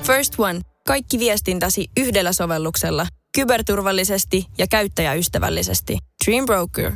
First One. Kaikki viestintäsi yhdellä sovelluksella. Kyberturvallisesti ja käyttäjäystävällisesti. Dream Broker.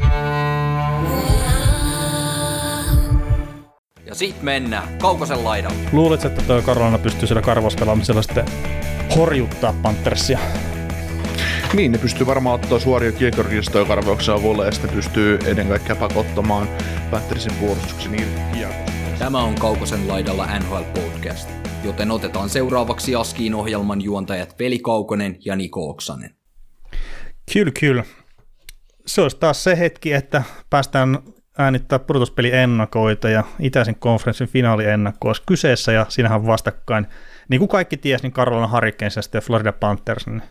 Ja sit mennään Kaukosen laidalle. Luuletko, että tuo Carolina pystyy siellä karvauspelaamisella sitten horjuttaa Panthersia? Niin, ne pystyy varmaan ottaa suoria kiekoristoja karvauksia avulla ja sitten pystyy ennen kaikkea pakottamaan Panthersin puolustuksen irti kiekosta. Tämä on Kaukosen laidalla NHL Podcast, joten otetaan seuraavaksi Askiin ohjelman juontajat Veli Kaukonen ja Niko Oksanen. Kyllä. Se olisi taas se hetki, että päästään äänittää pudotuspeliennakoita ja itäisen konferenssin finaaliennakko olisi kyseessä ja siinähän on vastakkain, niin kuin kaikki tiesi, niin Carolina Hurricanes ja sitten Florida Panthers. Niin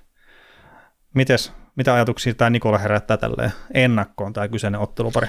mitä ajatuksia tämä Nikola herättää tälleen ennakkoon tämä kyseinen ottelupari?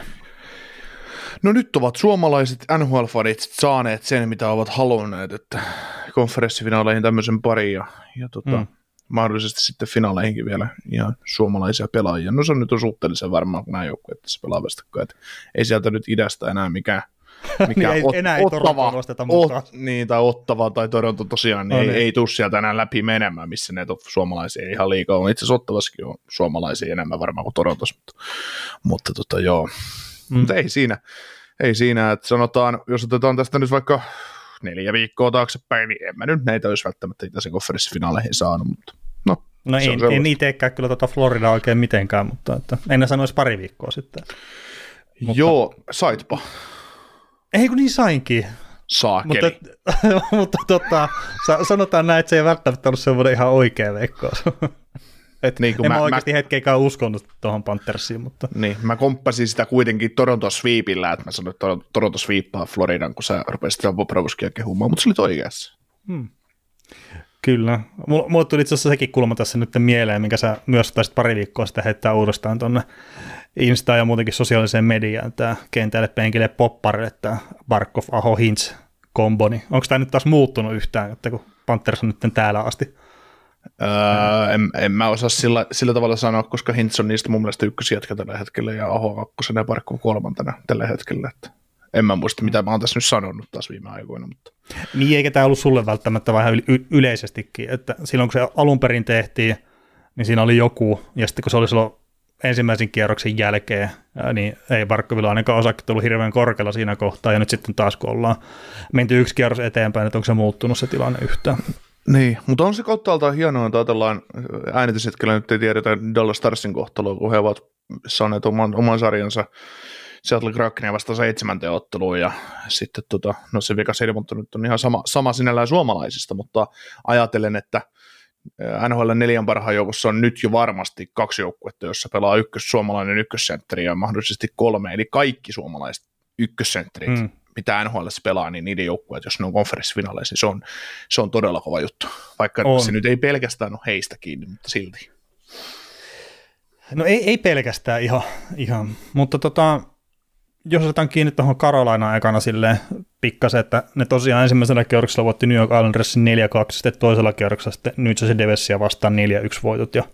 No nyt ovat suomalaiset NHL-fanit saaneet sen, mitä ovat halunneet, että konferenssifinaaleihin tämmöisen pari ja mahdollisesti sitten finaaleihinkin vielä ihan suomalaisia pelaajia. No se on nyt suhteellisen varmaan, kun nämä joukkueet tässä pelaa vastakkain. Että ei sieltä nyt idästä enää mikään niin enää ei Torontoa nosteta mukaan. Tai Ottava tai Toronto tosiaan, niin ei tule sieltä enää läpi menemään, missä ne on suomalaisia ihan liikaa. On itse asiassa Ottavassakin on suomalaisia enemmän varmaan kuin Torontossa, mutta joo. Mutta ei siinä, että sanotaan, jos otetaan tästä nyt vaikka 4 viikkoa taaksepäin, niin en mä nyt näitä olisi välttämättä itäisen konferenssifinaaleihin saanut, mutta no en itsekään kyllä Floridaa oikein mitenkään, mutta että, en sanoisi pari viikkoa sitten. Mutta, joo, saitpa. Ei kun niin sainkin. Saakeli. Mutta sanotaan näin, että se ei välttämättä ollut semmoinen ihan oikea veikkaus. Niin, en mä oikeasti hetkeikään uskonut tuohon Panthersiin, mutta... Niin, mä komppasin sitä kuitenkin Toronto sweepillä, että mä sanoin, että Toronto sweepaa Floridan, kun sä rupesit sitä Bobrovskia kehumaan, mutta se oli oikeassa. Kyllä. Mulle tuli itse asiassa sekin kulma tässä nyt mieleen, minkä sä myös taisit pari viikkoa sitten heittää uudestaan tuonne Instaan ja muutenkin sosiaaliseen mediaan, tämä kentälle penkille popparille, tämä Barkov, Aho, Hintz kombo, niin onko tämä nyt taas muuttunut yhtään, että kun Panthers on nyt täällä asti? En mä osaa sillä tavalla sanoa, koska Hintz on niistä mun mielestä ykkösjätkä tällä hetkellä ja Aho kakkosena ja Barkov kolmantena tällä hetkellä, että en mä muista, mitä mä oon tässä nyt sanonut taas viime aikoina. Mutta. Niin, eikä tämä ollut sulle välttämättä vähän yleisestikin, että silloin kun se alun perin tehtiin, niin siinä oli joku, ja sitten kun se oli silloin ensimmäisen kierroksen jälkeen, niin ei Barkovilla ainakaan osakkeet ollut hirveän korkealla siinä kohtaa, ja nyt sitten taas kun ollaan menty yksi kierros eteenpäin, että onko se muuttunut se tilanne yhtään. Niin, mutta on se kauttaaltaan hienoa, että ajatellaan äänityshetkellä nyt ei tiedetä Dallas Starsin kohtaloa, kun he ovat saaneet oman sarjansa Seattle Krakenia vasta 7. otteluun, ja sitten no se Vegas Edmonton nyt on ihan sama sinällään suomalaisista, mutta ajatellen, että NHL 4 parhaan joukossa on nyt jo varmasti 2 joukkuetta, jossa pelaa suomalainen ykkössentteri ja mahdollisesti 3, eli kaikki suomalaiset ykkössentterit, mitä NHL pelaa, niin niiden joukkueet, jos ne on konferenssifinaaleissa, niin se on todella kova juttu, vaikka se nyt ei pelkästään ole heistä kiinni, mutta silti. No ei pelkästään ihan. Mutta jos otetaan kiinni tuohon Carolinaan aikana silleen pikkasen, että ne tosiaan ensimmäisellä kierroksella voitti New York Islandersin 4-2, sitten toisella kierroksella sitten New Jersey Devilsia vastaan 4-1 voitot. Ja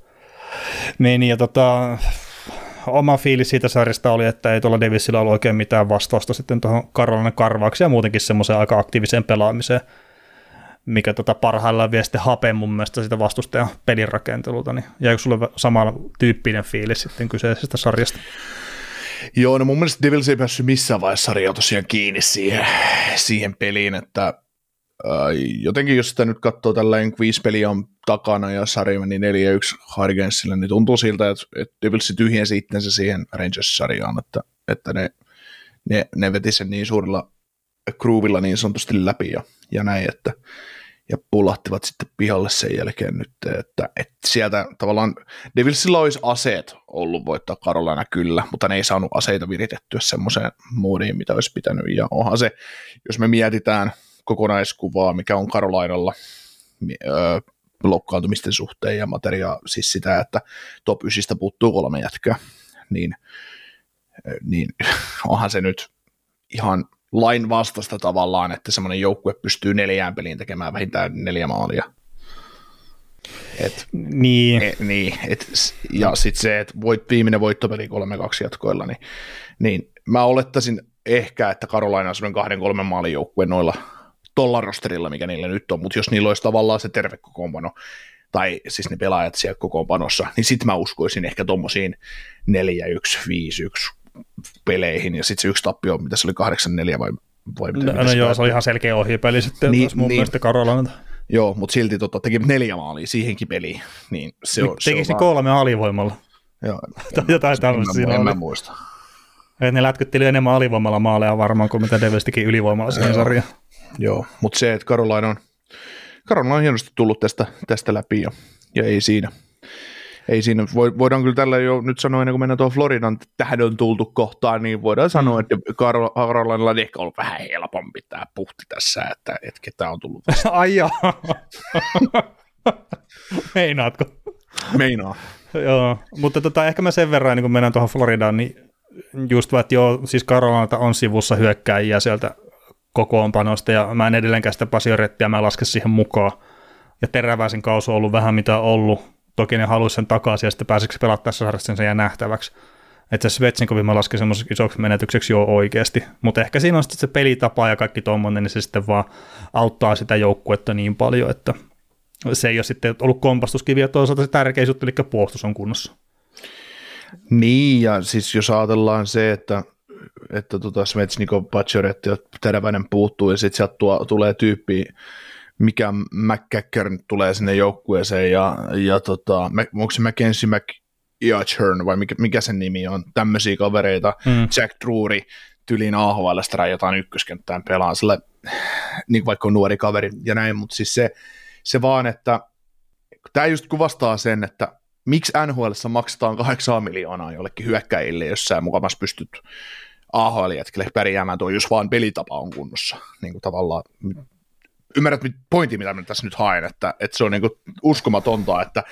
oma fiilis siitä sarjasta oli, että ei tuolla Devilsillä ollut oikein mitään vastausta sitten tuohon Carolinan karvaukseen ja muutenkin semmoiseen aika aktiiviseen pelaamiseen, mikä parhaillaan vie sitten hapeen mun mielestä sitä vastustajan pelin rakentelulta, niin jäikö sulle sama tyyppinen fiilis sitten kyseisestä sarjasta? Joo, no mun mielestä Devils ei päässyt missään vaiheessa sarjaa tosiaan kiinni siihen peliin, että jotenkin jos sitä nyt katsoo tällainen 5 peliä on takana ja sarja meni 4-1 Hurricanesille, niin tuntuu siltä, että Devils tyhjensi itsensä siihen Rangers-sarjaan, että ne veti sen niin suurilla groovilla niin sanotusti läpi ja näin, ja pulahtivat sitten pihalle sen jälkeen nyt, että sieltä tavallaan Devilsillä olisi aseet ollut voittaa Carolina kyllä, mutta ne ei saanut aseita viritettyä semmoiseen moodiin, mitä olisi pitänyt, ja onhan se, jos me mietitään kokonaiskuvaa, mikä on Carolinalla loukkaantumisten suhteen ja siis sitä, että top 9 puuttuu 3 jätkää, niin onhan se nyt ihan lain vastasta tavallaan, että semmoinen joukkue pystyy 4 peliin tekemään vähintään 4 maalia. Ja sitten se, että viimeinen voittopeli 3-2 jatkoilla, niin mä olettaisin ehkä, että Carolina on semmoinen 2-3 maalin joukkue noilla tuolla rosterilla, mikä niillä nyt on, mutta jos niillä olisi tavallaan se terve kokoonpano, tai siis ne pelaajat siellä kokoonpanossa, niin sitten mä uskoisin ehkä tommosiin 4-1, 5-1 peleihin, ja sitten se yksi tappio, mitä se oli 8-4 vai no joo, se oli ihan selkeä ohjepeli sitten niin, mun mielestä Carolinalta. Joo, mutta silti teki 4 maalia siihenkin peliin. Niin tekisi 3 alivoimalla. Joo, jotain tällaista siinä en oli. muista. Ne lätkytteli enemmän alivoimalla maaleja varmaan kuin mitä Devils teki ylivoimalla siihen sarjaan. Joo, mutta se, että Carolina on hienosti tullut tästä läpi ja ei siinä. Voidaan kyllä tällä jo nyt sanoa, ennen kuin mennään tuohon Floridan tähän on tultu kohtaan, niin voidaan sanoa, että Carolinalla on ehkä ollut vähän helpompi tämä puhti tässä, että ketä on tullut vasta. Ai jaa. Meinaatko? Meinaa. Joo, mutta ehkä mä sen verran, niin kun mennään tuohon Floridaan, niin just vaan, että joo, siis Carolinalta on sivussa hyökkääjiä sieltä kokoonpanosta, ja mä en edelleenkään sitä Pasiorettia, mä lasken siihen mukaan. Ja Teräväisen kausi on ollut vähän mitä on ollut. Toki ne haluaisi sen takaisin, ja sitten pääseekö pelaa tässä sarjassa, sen jää nähtäväksi. Että se Svetsinkovin mä lasken semmoiseksi isoksi menetykseksi jo oikeasti. Mutta ehkä siinä on sitten se pelitapa ja kaikki tommoinen, niin se sitten vaan auttaa sitä joukkuetta niin paljon, että se ei ole sitten ollut kompastuskivi, ja toisaalta se tärkein juttu, eli puolustus on kunnossa. Niin, ja siis jos ajatellaan se, että Svetsnikov, Pacioretty ja Teräväinen puuttuu, ja sitten sieltä tulee tyyppi, mikä McCackern tulee sinne joukkueeseen, ja onko se Mackenzie McEachern, vai mikä sen nimi on, tämmöisiä kavereita, Jack Drury, tyliin AHL:stä rajoitaan ykköskenttään pelaan, sille, niin vaikka on nuori kaveri ja näin, mutta siis se vaan, että tämä just kuvastaa sen, että miksi NHL:ssä maksetaan 8 miljoonaa jollekin hyökkäjille, jos sä mukavasti pystyt AHL-jätkille pärjäämään tuo, jos vaan pelitapa on kunnossa. Niin kuin tavallaan, ymmärrät pointin, mitä mä tässä nyt haen, että se on niin kuin uskomatonta, että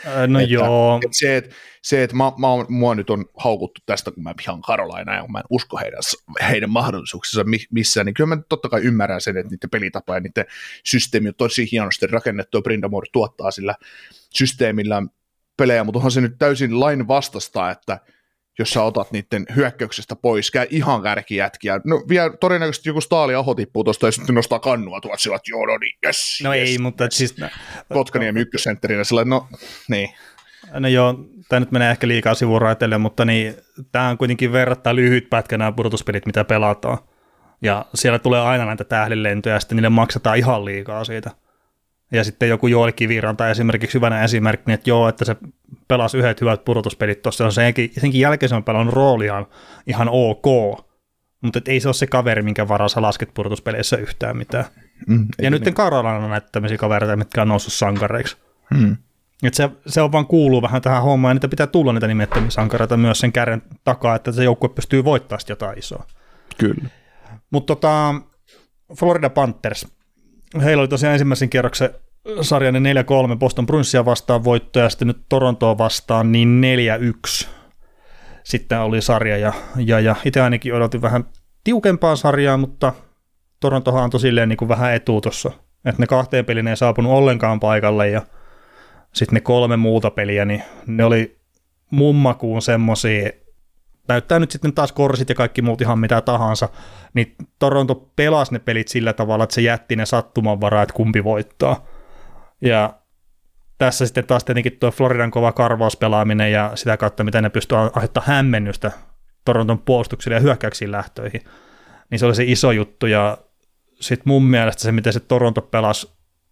mua nyt on haukuttu tästä, kun mä pihan Carolina ja kun mä en usko heidän mahdollisuuksensa missään, niin kyllä mä totta kai ymmärrän sen, että niiden pelitapa ja niiden systeemi on tosi hienosti rakennettu, ja Brindamore tuottaa sillä systeemillä pelejä, mutta onhan se nyt täysin lain vastasta, että jos sä otat niiden hyökkäyksestä pois, ihan kärkijätkiä. No vielä todennäköisesti joku Staali Aho tippuu tuosta ja sitten nostaa kannua tuolta sillä, että joo, no niin, yes. No yes, ei, mutta yes. Siis Kotkaniemi ykkössentterinä sillä, no niin. No joo, tämä nyt menee ehkä liikaa sivuraiteille, mutta niin, tämä on kuitenkin verrattain lyhyt pätkä nämä pudotuspelit, mitä pelataan. Ja siellä tulee aina näitä tähdenlentoja ja sitten niille maksetaan ihan liikaa siitä. Ja sitten joku Joel Kiviranta esimerkiksi hyvänä esimerkkinä, että joo, että se pelasi yhdet hyvät pudotuspelit tuossa, senkin jälkeen se on pelannut rooliaan ihan ok, mutta ei se ole se kaveri, minkä varaa sä lasket pudotuspeleissä yhtään mitään. Ja nyt Carolina on näitä tämmöisiä kavereita, mitkä on noussut sankareiksi. Että se on vaan kuuluu vähän tähän hommaan, ja niitä pitää tulla niitä nimettömiä sankareita myös sen kärjen takaa, että se joukkue pystyy voittamaan jotain isoa. Kyllä. Mutta Florida Panthers. Heillä oli tosiaan ensimmäisen kierroksen sarjan 4-3 Boston Bruinsia vastaan voitto, ja sitten nyt Torontoa vastaan niin 4-1 sitten oli sarja, ja itse ainakin odotin vähän tiukempaa sarjaa, mutta Torontohan antoi silleen niin kuin vähän etua tuossa, että ne 2 peliin ei saapunut ollenkaan paikalle, ja sitten ne 3 muuta peliä, niin ne oli mummakuun semmosia, näyttää nyt sitten taas korsit ja kaikki muut ihan mitä tahansa, niin Toronto pelasi ne pelit sillä tavalla, että se jätti ne sattumanvaraa, että kumpi voittaa. Ja tässä sitten taas tietenkin tuo Floridan kova karvauspelaaminen ja sitä kautta, miten ne pystyy aiheuttamaan hämmennystä Toronton puolustuksille ja hyökkäyksiin lähtöihin, niin se oli se iso juttu. Ja sitten mun mielestä se, miten se Toronto pelasi,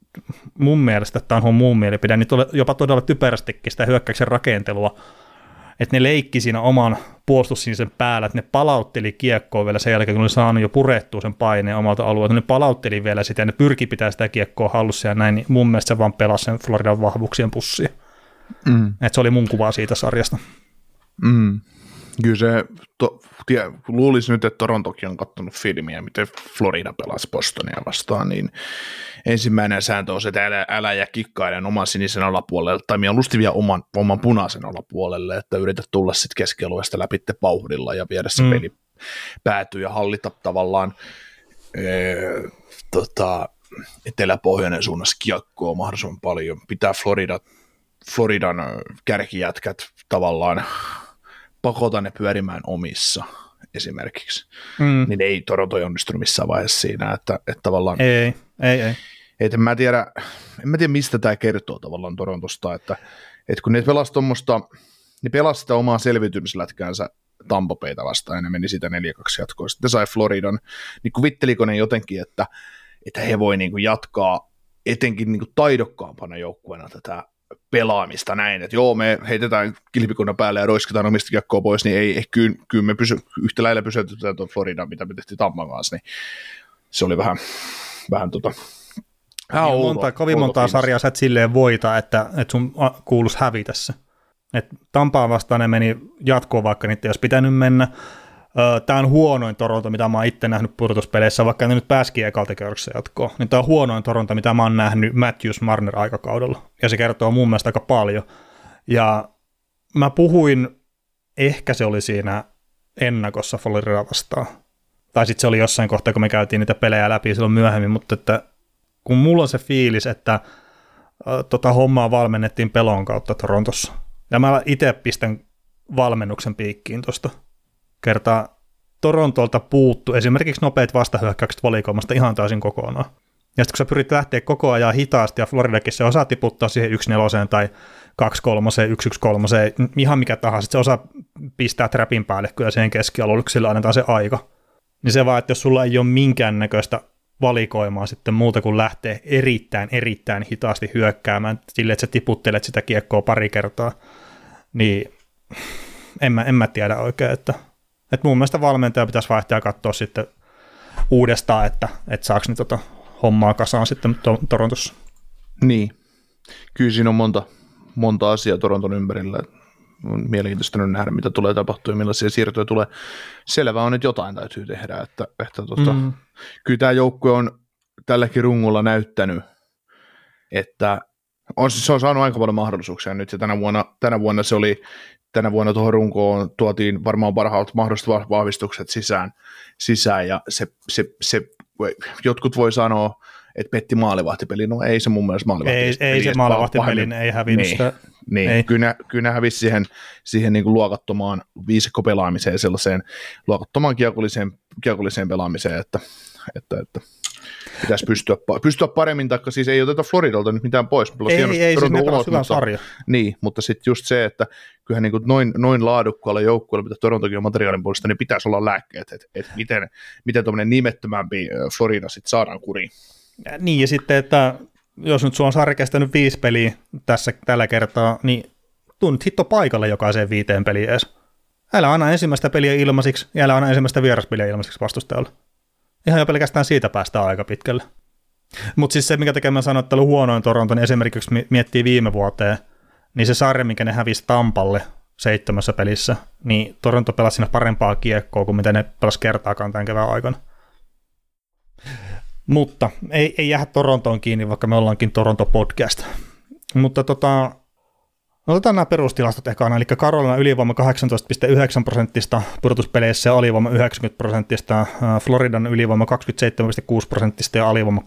mun mielestä, tämä on mun mielipide, niin jopa todella typerästikin sitä hyökkäyksen rakentelua, että ne leikki siinä oman puolustussinisen päällä, että ne palautteli kiekkoa vielä sen jälkeen, kun ne saanut jo purettua sen paineen omalta alueelta, ne palautteli vielä sitä ja ne pyrki pitää sitä kiekkoa hallussa ja näin, niin mun mielestä se vaan pelasi sen Floridan vahvuuksien pussiin. Että se oli mun kuva siitä sarjasta. Kyllä se, luulisi nyt, että Torontokin on katsonut filmiä, miten Florida pelasi Bostonia vastaan, niin ensimmäinen sääntö on se, että älä jää kikkailemaan oman sinisen alapuolelle, tai mieluusti vielä oman punaisen alapuolelle, että yritä tulla sitten keskialueesta läpi vauhdilla ja viedä se peli päätyy ja hallita tavallaan etelä-pohjoinen suunnassa kiekkoa mahdollisimman paljon. Pitää Floridan kärkijätkät tavallaan pakota ne pyörimään omissa esimerkiksi, niin ei Toronto onnistunut missään vaiheessa siinä, että tavallaan Ei. Et en mä tiedä, mistä tämä kertoo tavallaan Torontosta, että kun ne pelasi sitä omaa selviytymislätkäänsä Tampa Bayta vastaan, ja ne meni sitä 4-2 jatkoa. Sitten sai Floridan, niin kuvitteliko ne jotenkin, että he voi niin kuin jatkaa etenkin niin kuin taidokkaampana joukkueena tätä pelaamista näin, että joo, me heitetään kilpikunnan päälle ja roiskitaan omista kiekkoa pois, niin ei kyllä me yhtä lailla pysäytetään tuon Floridan, mitä me tehtiin Tampan kanssa, niin se oli vähän kovin montaa sarjaa sä et silleen voita, että sun kuuluisi hävitä se. Tampaa vastaan ne meni jatkoon, vaikka niitä ei olisi pitänyt mennä. Tämä on huonoin Toronto, mitä mä oon itse nähnyt pudotuspeleissä, vaikka ne nyt pääsikin ekalta kierroksessa jatkoon. Niin tämä on huonoin Toronto, mitä mä oon nähnyt Matthews Marner aikakaudella. Ja se kertoo mun mielestä aika paljon. Ja mä puhuin, ehkä se oli siinä ennakossa Florida vastaan. Tai sitten se oli jossain kohtaa, kun me käytiin niitä pelejä läpi silloin myöhemmin, mutta että kun mulla on se fiilis, että hommaa valmennettiin pelon kautta Torontossa. Ja mä itse pistän valmennuksen piikkiin tuosta. Kertaa Torontolta puuttu esimerkiksi nopeat vastahyökkäykset valikoimasta ihan täysin kokonaan. Ja sitten kun sä pyrit lähteä koko ajan hitaasti, ja Floridakin se osaa tiputtaa siihen 1-4 tai 2-3, 1-1-3, ihan mikä tahansa, sitten se osaa pistää trapin päälle kyllä siihen keskialueelle, kun sillä annetaan se aika. Niin se vaan, että jos sulla ei ole minkäännäköistä valikoimaa sitten muuta kuin lähtee erittäin hitaasti hyökkäämään silleen, että sä tiputtelet sitä kiekkoa pari kertaa, niin en mä tiedä oikein, että mun mielestä valmentaja pitäisi vaihtaa ja katsoa sitten uudestaan, että saako ne hommaa kasaan sitten Torontossa. Niin, kyllä siinä on monta asiaa Toronton ympärillä. On mielenkiintoista nähdä, mitä tulee tapahtua ja millaisia siirtoja tulee. Selvä on, että jotain täytyy tehdä. Että kyllä tämä joukkue on tälläkin rungolla näyttänyt, että se on saanut aika paljon mahdollisuuksia nyt, ja tänä vuonna tuohon runkoon tuotiin varmaan parhaat mahdolliset vahvistukset sisään ja se jotkut voi sanoa, että petti maalivahtipeli, no ei se mun mielestä maalivahtipeli. Ei se maalivahtipelin, ei hävinnyt sitä. Niin. Ei. Kyllä ne hävisi siihen niin kuin luokattomaan viisikkopelaamiseen, sellaiseen luokattomaan kiekolliseen pelaamiseen, että pitäisi pystyä paremmin, taikka siis ei oteta Floridalta nyt mitään pois. Ei siis ne pelasi hyvän sarja. Niin, mutta sitten just se, että kyllähän niin kuin noin laadukkaalla joukkueella, mitä Torontokin on materiaalin puolesta, niin pitäisi olla lääkkeet, että miten tuommoinen nimettömämpi Florida sitten saadaan kuriin. Niin, ja sitten, että jos nyt sulla on sarja kestänyt 5 peliä tällä kertaa, niin tuu nyt hitto paikalle jokaiseen 5 peliin edes. Älä anna ensimmäistä peliä ilmaisiksi, ja älä anna ensimmäistä vieraspeliä ilmaisiksi vastustajalle. Ihan jo pelkästään siitä päästään aika pitkälle. Mutta siis se, mikä tekee mä sanoin, että oli huonoin Toronto, niin esimerkiksi miettii viime vuoteen, niin se sarja, minkä ne hävisi Tampalle 7 pelissä, niin Toronto pelasi siinä parempaa kiekkoa kuin mitä ne pelasi kertaakaan tämän kevään aikana. Mutta ei jäädä Torontoon kiinni, vaikka me ollaankin Toronto-podcast. Mutta otetaan nämä perustilastot ekana, eli Carolina ylivoima 18,9% pudotuspeleissä ja alivoima 90%, Floridan ylivoima 27,6% ja alivoima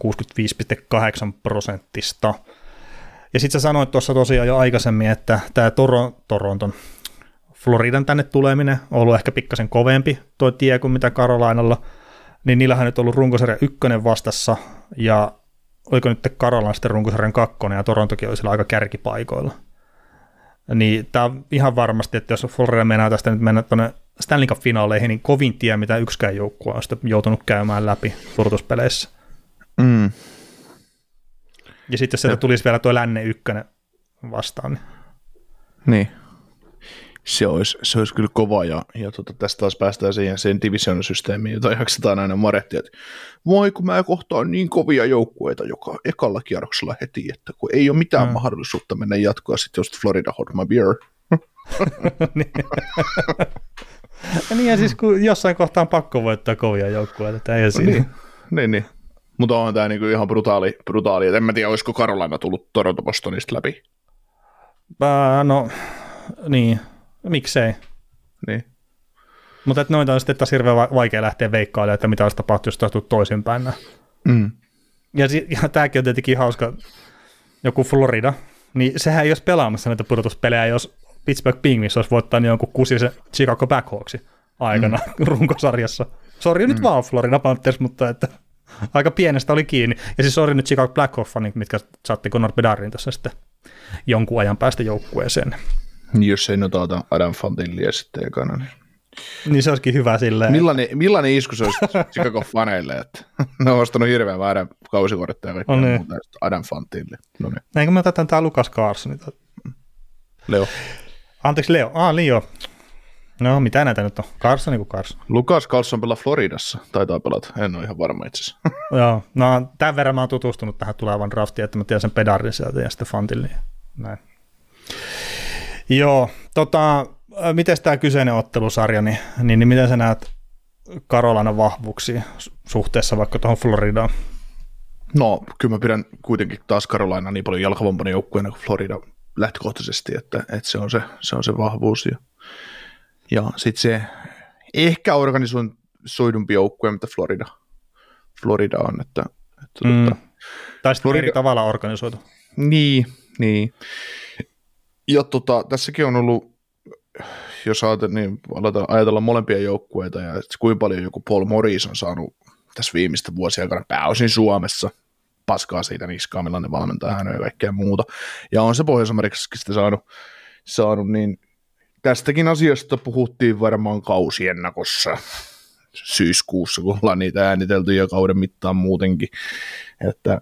65,8%. Ja sitten sä sanoit tuossa tosiaan jo aikaisemmin, että tämä Toronton Floridan tänne tuleminen on ollut ehkä pikkasen kovempi tuo tie kuin mitä Carolinalla, niin niillähän nyt ollut runkosarja 1 vastassa, ja oliko nyt Carolina sitten runkosarjan 2, ja Torontokin oli siellä aika kärkipaikoilla. Niin tämä on ihan varmasti, että jos Florida mennään tästä nyt mennä tuonne Stanley Cup-finaaleihin, niin kovin tie, mitä yksikään joukkue on sitä joutunut käymään läpi pudotuspeleissä. Mm. Ja sitten jos sieltä tulisi vielä tuo Länne 1 vastaan. Niin. Se olisi kyllä kova, ja tästä taas päästään siihen division-systeemiin, jota jaksetaan aina marehtia, että voi kun mä kohtaan niin kovia joukkueita joka ekalla kierroksella heti, että kun ei ole mitään mahdollisuutta mennä jatkoa sitten just Florida Hot My Beer. Niin ja siis kun jossain kohtaa on pakko voittaa kovia joukkueita, että ei siinä. Niin. Mutta on tämä niinku ihan brutaali, että en mä tiedä, olisiko Carolina tullut Toronto Bostonista läpi. No, niin. Miksei? Niin. Mutta noita on sitten taas hirveän vaikea lähteä veikkailemaan, että mitä olisi tapahtunut, jos olisi tullut toisinpäin. Mm. Ja tämäkin on tietenkin hauska, joku Florida, niin sehän ei olisi pelaamassa näitä pudotuspelejä, jos Pittsburgh Penguins olisi voittanut jonkun kusisen Chicago Blackhawksin aikana runkosarjassa. Sori nyt vaan Florida Panthers, mutta että Aika pienestä oli kiinni. Ja siis oli nyt Chicago Blackhawks, mitkä saatti Connor Bedarin tässä sitten jonkun ajan päästä joukkueeseen. Jos ei notata Adam Fantillia sitten ekana, niin... Niin se olisikin hyvä silleen. Millainen isku se olisi Chicago-faneille, että ne on ostanut hirveän määrän kausikortteja ja kaikkea muuta, Adam Fantilli. No niin. Eikö me otetaan tämä Lukas Carlson? Leo. Anteeksi, Leo. Leo. No, mitä näitä nyt on? Carlson kuin Carlson. Lukas Carlson pelaa Floridassa. Taitaa pelata. En ole ihan varma itse asiassa. Joo. No, tämän verran mä oon tutustunut tähän tulevan draftiin, että mä tiedän sen Bedarin sieltä ja sitten Fantilli. Näin. Joo. Miten tämä kyseinen ottelusarja, niin miten sä näet Carolanan vahvuuksia suhteessa vaikka tuohon Floridaan? No, kyllä mä pidän kuitenkin taas Carolina niin paljon jalkavampana joukkueena kuin Florida lähtökohtaisesti, että se on se vahvuus. Ja sitten se ehkä organisoidumpi joukkue, mitä Florida on. Tai sitten eri tavalla organisoitu. Niin. Ja tässäkin on ollut, jos ajatellaan molempia joukkueita ja kuinka paljon joku Paul Morris on saanut tässä viimeistä vuosia aikana pääosin Suomessa, paskaa siitä niskaa, millainen valmentaja hän on ja kaikkea muuta. Ja on se Pohjois-Amerikassakin sitä saanut, niin tästäkin asiasta puhuttiin varmaan kausiennakossa syyskuussa, kun ollaan niitä äänitelty jo kauden mittaan muutenkin, että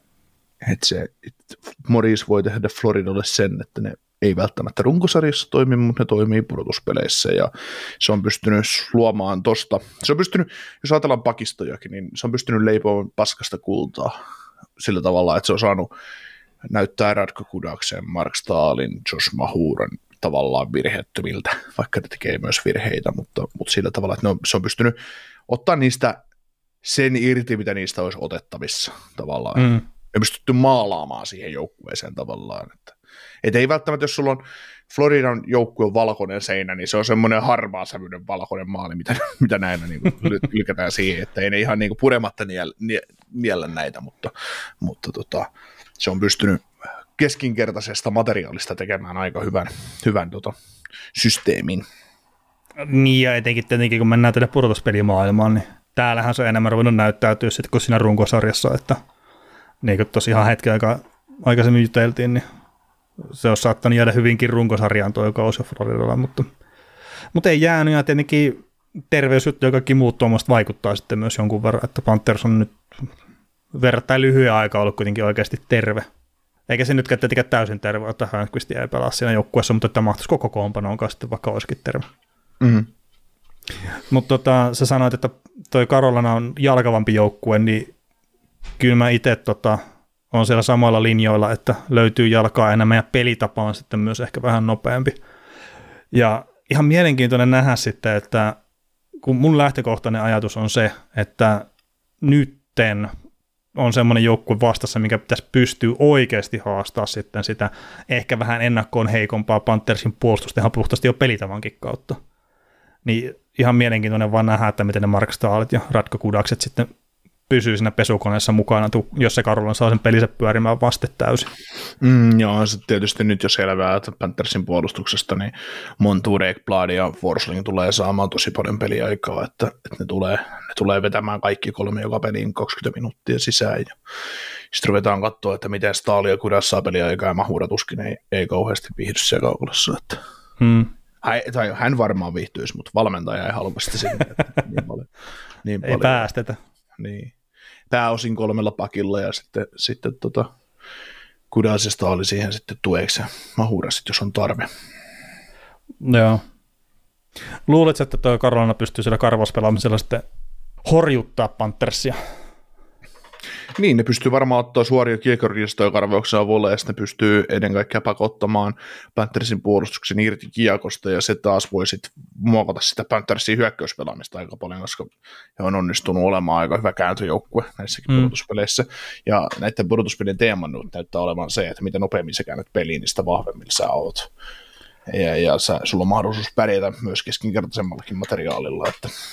Morris voi tehdä Floridalle sen, että ne ei välttämättä runkosarjassa toimi, mutta ne toimii pudotuspeleissä ja se on pystynyt luomaan tosta. Se on pystynyt, jos ajatellaan pakistojakin, niin se on pystynyt leipomaan paskasta kultaa sillä tavalla, että se on saanut näyttää Radko Kudaksen, Mark Stahlin, Josh Mahuran tavallaan virheettömiltä, vaikka ne tekee myös virheitä, mutta sillä tavalla, että se on pystynyt ottaa niistä sen irti, mitä niistä olisi otettavissa tavallaan. Ja pystytty maalaamaan siihen joukkueeseen tavallaan, että ei välttämättä, jos sulla on Floridan joukkue on valkoinen seinä, niin se on semmoinen harmaasävyinen valkoinen maali, mitä näillä niin lykätään siihen, että ei ne ihan niin purematta niellä näitä, mutta se on pystynyt keskinkertaisesta materiaalista tekemään aika hyvän systeemin. Niin, ja etenkin tietenkin, kun mennään tänne pudotuspelimaailmaan, niin täällähän se on enemmän ruvennut näyttäytyä sitten kuin siinä runkosarjassa, että niin kuin tuossa ihan hetken aikaisemmin juteltiin, niin se on saattanut jäädä hyvinkin runkosarjaan tuo kausi Floridalla, mutta ei jäänyt, ja tietenkin terveysjuttu ja kaikki muut tuommoista vaikuttaa sitten myös jonkun verran, että Panthers on nyt verrattain lyhyen aikaa ollut kuitenkin oikeasti terve. Eikä se nytkään tietenkään täysin terve, että Hörnqvist ei pelaa siinä joukkueessa, mutta että mahtuisi koko kokoonpanoon kanssa sitten, vaikka olisikin terve. Mm-hmm. Mutta sä sanoit, että toi Carolina on jalkavampi joukkue, niin kyllä mä itse on siellä samalla linjoilla, että löytyy jalkaa enemmän ja pelitapa on sitten myös ehkä vähän nopeampi. Ja ihan mielenkiintoinen nähdä sitten, että kun mun lähtökohtainen ajatus on se, että nytten on semmoinen joukkue vastassa, mikä pitäisi pystyä oikeasti haastaa sitten sitä ehkä vähän ennakkoon heikompaa Panthersin puolustusta ihan puhtaasti jo pelitavankin kautta. Niin ihan mielenkiintoinen vaan nähdä, että miten ne Mark Stahlit ja Radko Kudakset sitten pysyy siinä pesukoneessa mukana, jos se Carolina saa sen pelinsä pyörimään vaste täysin. Joo, sitten tietysti nyt jos selvää, että Panthersin puolustuksesta, niin Montour, Ekblad ja Forsling tulee saamaan tosi paljon peliaikaa, että ne tulee vetämään kaikki kolme joka peliin 20 minuuttia sisään, ja sitten ruvetaan katsoa, että miten Stahl ja Kudas saa peliaikaa, ja Mahura tuskin ei kauheasti viihdy siellä kaukolossa, että hän varmaan viihtyisi, mutta valmentaja ei halvasti sinne, että niin paljon. Ei päästetä. Niin. Pääosin 3 pakilla ja sitten Kudasesta oli siihen sitten tueksi ja Mahura sitten, jos on tarve. Joo. Luuletko, että tuo Carolina pystyy siellä karvauspelaamisella sitten horjuttaa Panthersia? Niin, ne pystyy varmaan ottaa suoria kiekkoriistoja karvauksen avulla ja sitten ne pystyy ennen kaikkea pakottamaan Panthersin puolustuksen irti kiekosta ja se taas voi sitten muokata sitä Panthersin hyökkäyspelaamista aika paljon, koska he on onnistunut olemaan aika hyvä kääntöjoukkue näissäkin pudotuspeleissä. Ja näiden pudotuspelien teema näyttää olevan se, että mitä nopeammin sä käännät peliin, niin sitä vahvemmilla sä oot. Ja sulla on mahdollisuus pärjätä myös keskinkertaisemmallakin materiaalilla,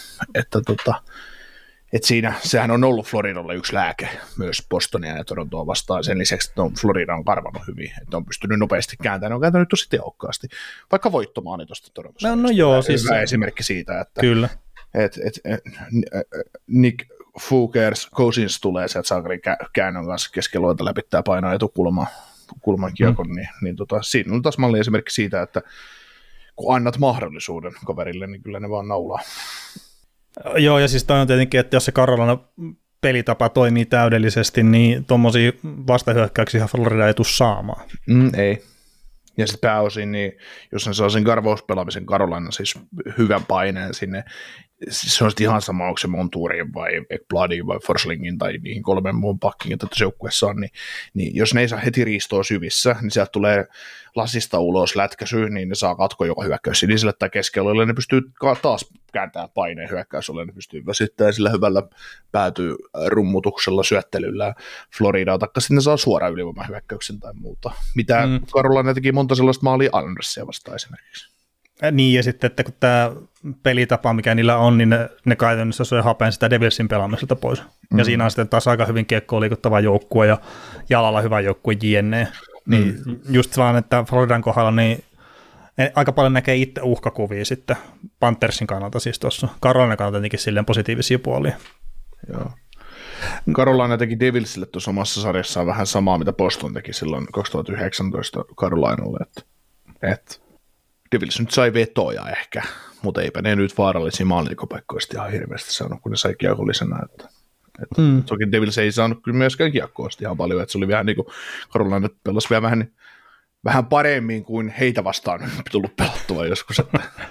että siinä, sehän on ollut Floridalla yksi lääke myös Bostonia ja Torontoa vastaan. Sen lisäksi, että Florida on karvannut hyvin, että on pystynyt nopeasti kääntämään, ne on kääntänyt tosi tehokkaasti. Vaikka voittomaani tuosta Torontosta. No joo, siis hyvä esimerkki siitä, että kyllä. Nick Fugers, Cousins tulee sieltä saakelin käännön kanssa keskeluita läpittää painaa etukulman kiekon, niin siinä on taas malli esimerkki siitä, että kun annat mahdollisuuden kaverille, niin kyllä ne vaan naulaa. Joo, ja siis toi on tietenkin, että jos se Carolina pelitapa toimii täydellisesti, niin tuommoisia vastahyökkäyksiä Florida ei tule saamaan. Ei. Ja sitten pääosin, niin jos ne saa sen karvauspelaamisen Carolina, siis hyvän paineen sinne, se on sitten ihan sama, onko se Montuurin vai Ekbladin vai Forslingin tai niihin 3 muun pakkiin, että tässä joukkueessa on, niin jos ne ei saa heti riistoa syvissä, niin sieltä tulee lasista ulos lätkäsy, niin ne saa katko joko hyökkäys siniselle tai keskellä, ne pystyy taas kääntämään paineen hyökkäysolle, ne pystyy väsyttämään sillä hyvällä päätyy rummutuksella, syöttelyllä Floridaa, taikka sitten ne saa suoraan ylivoimahyökkäyksen tai muuta. Mitä Carolina teki monta sellaista maalia Andersia vastaan esimerkiksi. Niin, ja sitten, että kun tämä pelitapa, mikä niillä on, niin ne käytännössä syö hapen sitä Devilsin pelaamiselta pois. Ja siinä on sitten taas aika hyvin kiekkoon liikuttava joukkue ja jalalla hyvä joukkue JNE. Niin just vaan, että Floridan kohdalla niin aika paljon näkee itse uhkakuvia sitten Panthersin kannalta siis tuossa. Carolina kannalta tietenkin silleen positiivisia puolia. Joo. Carolina teki Devilsille tuossa omassa sarjassaan vähän samaa, mitä Boston teki silloin 2019 Carolinalle, että Devils nyt sai vetoja ehkä, mutta eipä ne nyt vaarallisia maalintekopaikkoista ihan hirveästi saanut, kun ne sai kiekollisena. Toki Devils ei saanut kyllä myöskään kiekkoista ihan paljon, että se oli vähän niin kuin Carolina pelasi vielä vähän paremmin kuin heitä vastaan tullut pelattua joskus.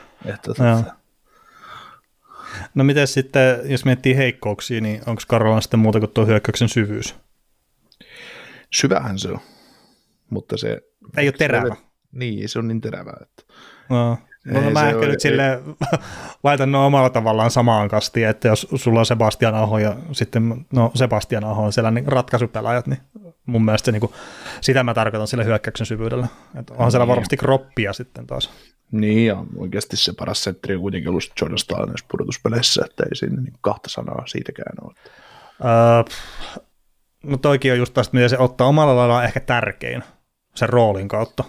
No miten sitten, jos miettii heikkouksia, niin onko Carolina sitten muuta kuin tuo hyökkäyksen syvyys? Syvähän se on, mutta se ei ole terävä. Niin, se on niin terävää. Että no mä ehkä nyt silleen laitan ne omalla tavallaan samaan kastiin, että jos sulla on Sebastian Aho ja sitten Sebastian Aho on siellä niin ratkaisupelaajat, niin mun mielestä niin kuin, sitä mä tarkoitan sillä hyökkäyksen syvyydellä. Että on siellä varmasti kroppia sitten taas. Niin, ja oikeasti se paras sentteri on kuitenkin ollut Jordan Staal näissä pudotuspeleissä, että ei siinä niin 2 sanaa siitäkään ole. No toikin on just taas, miten se ottaa omalla lailla ehkä tärkein sen roolin kautta.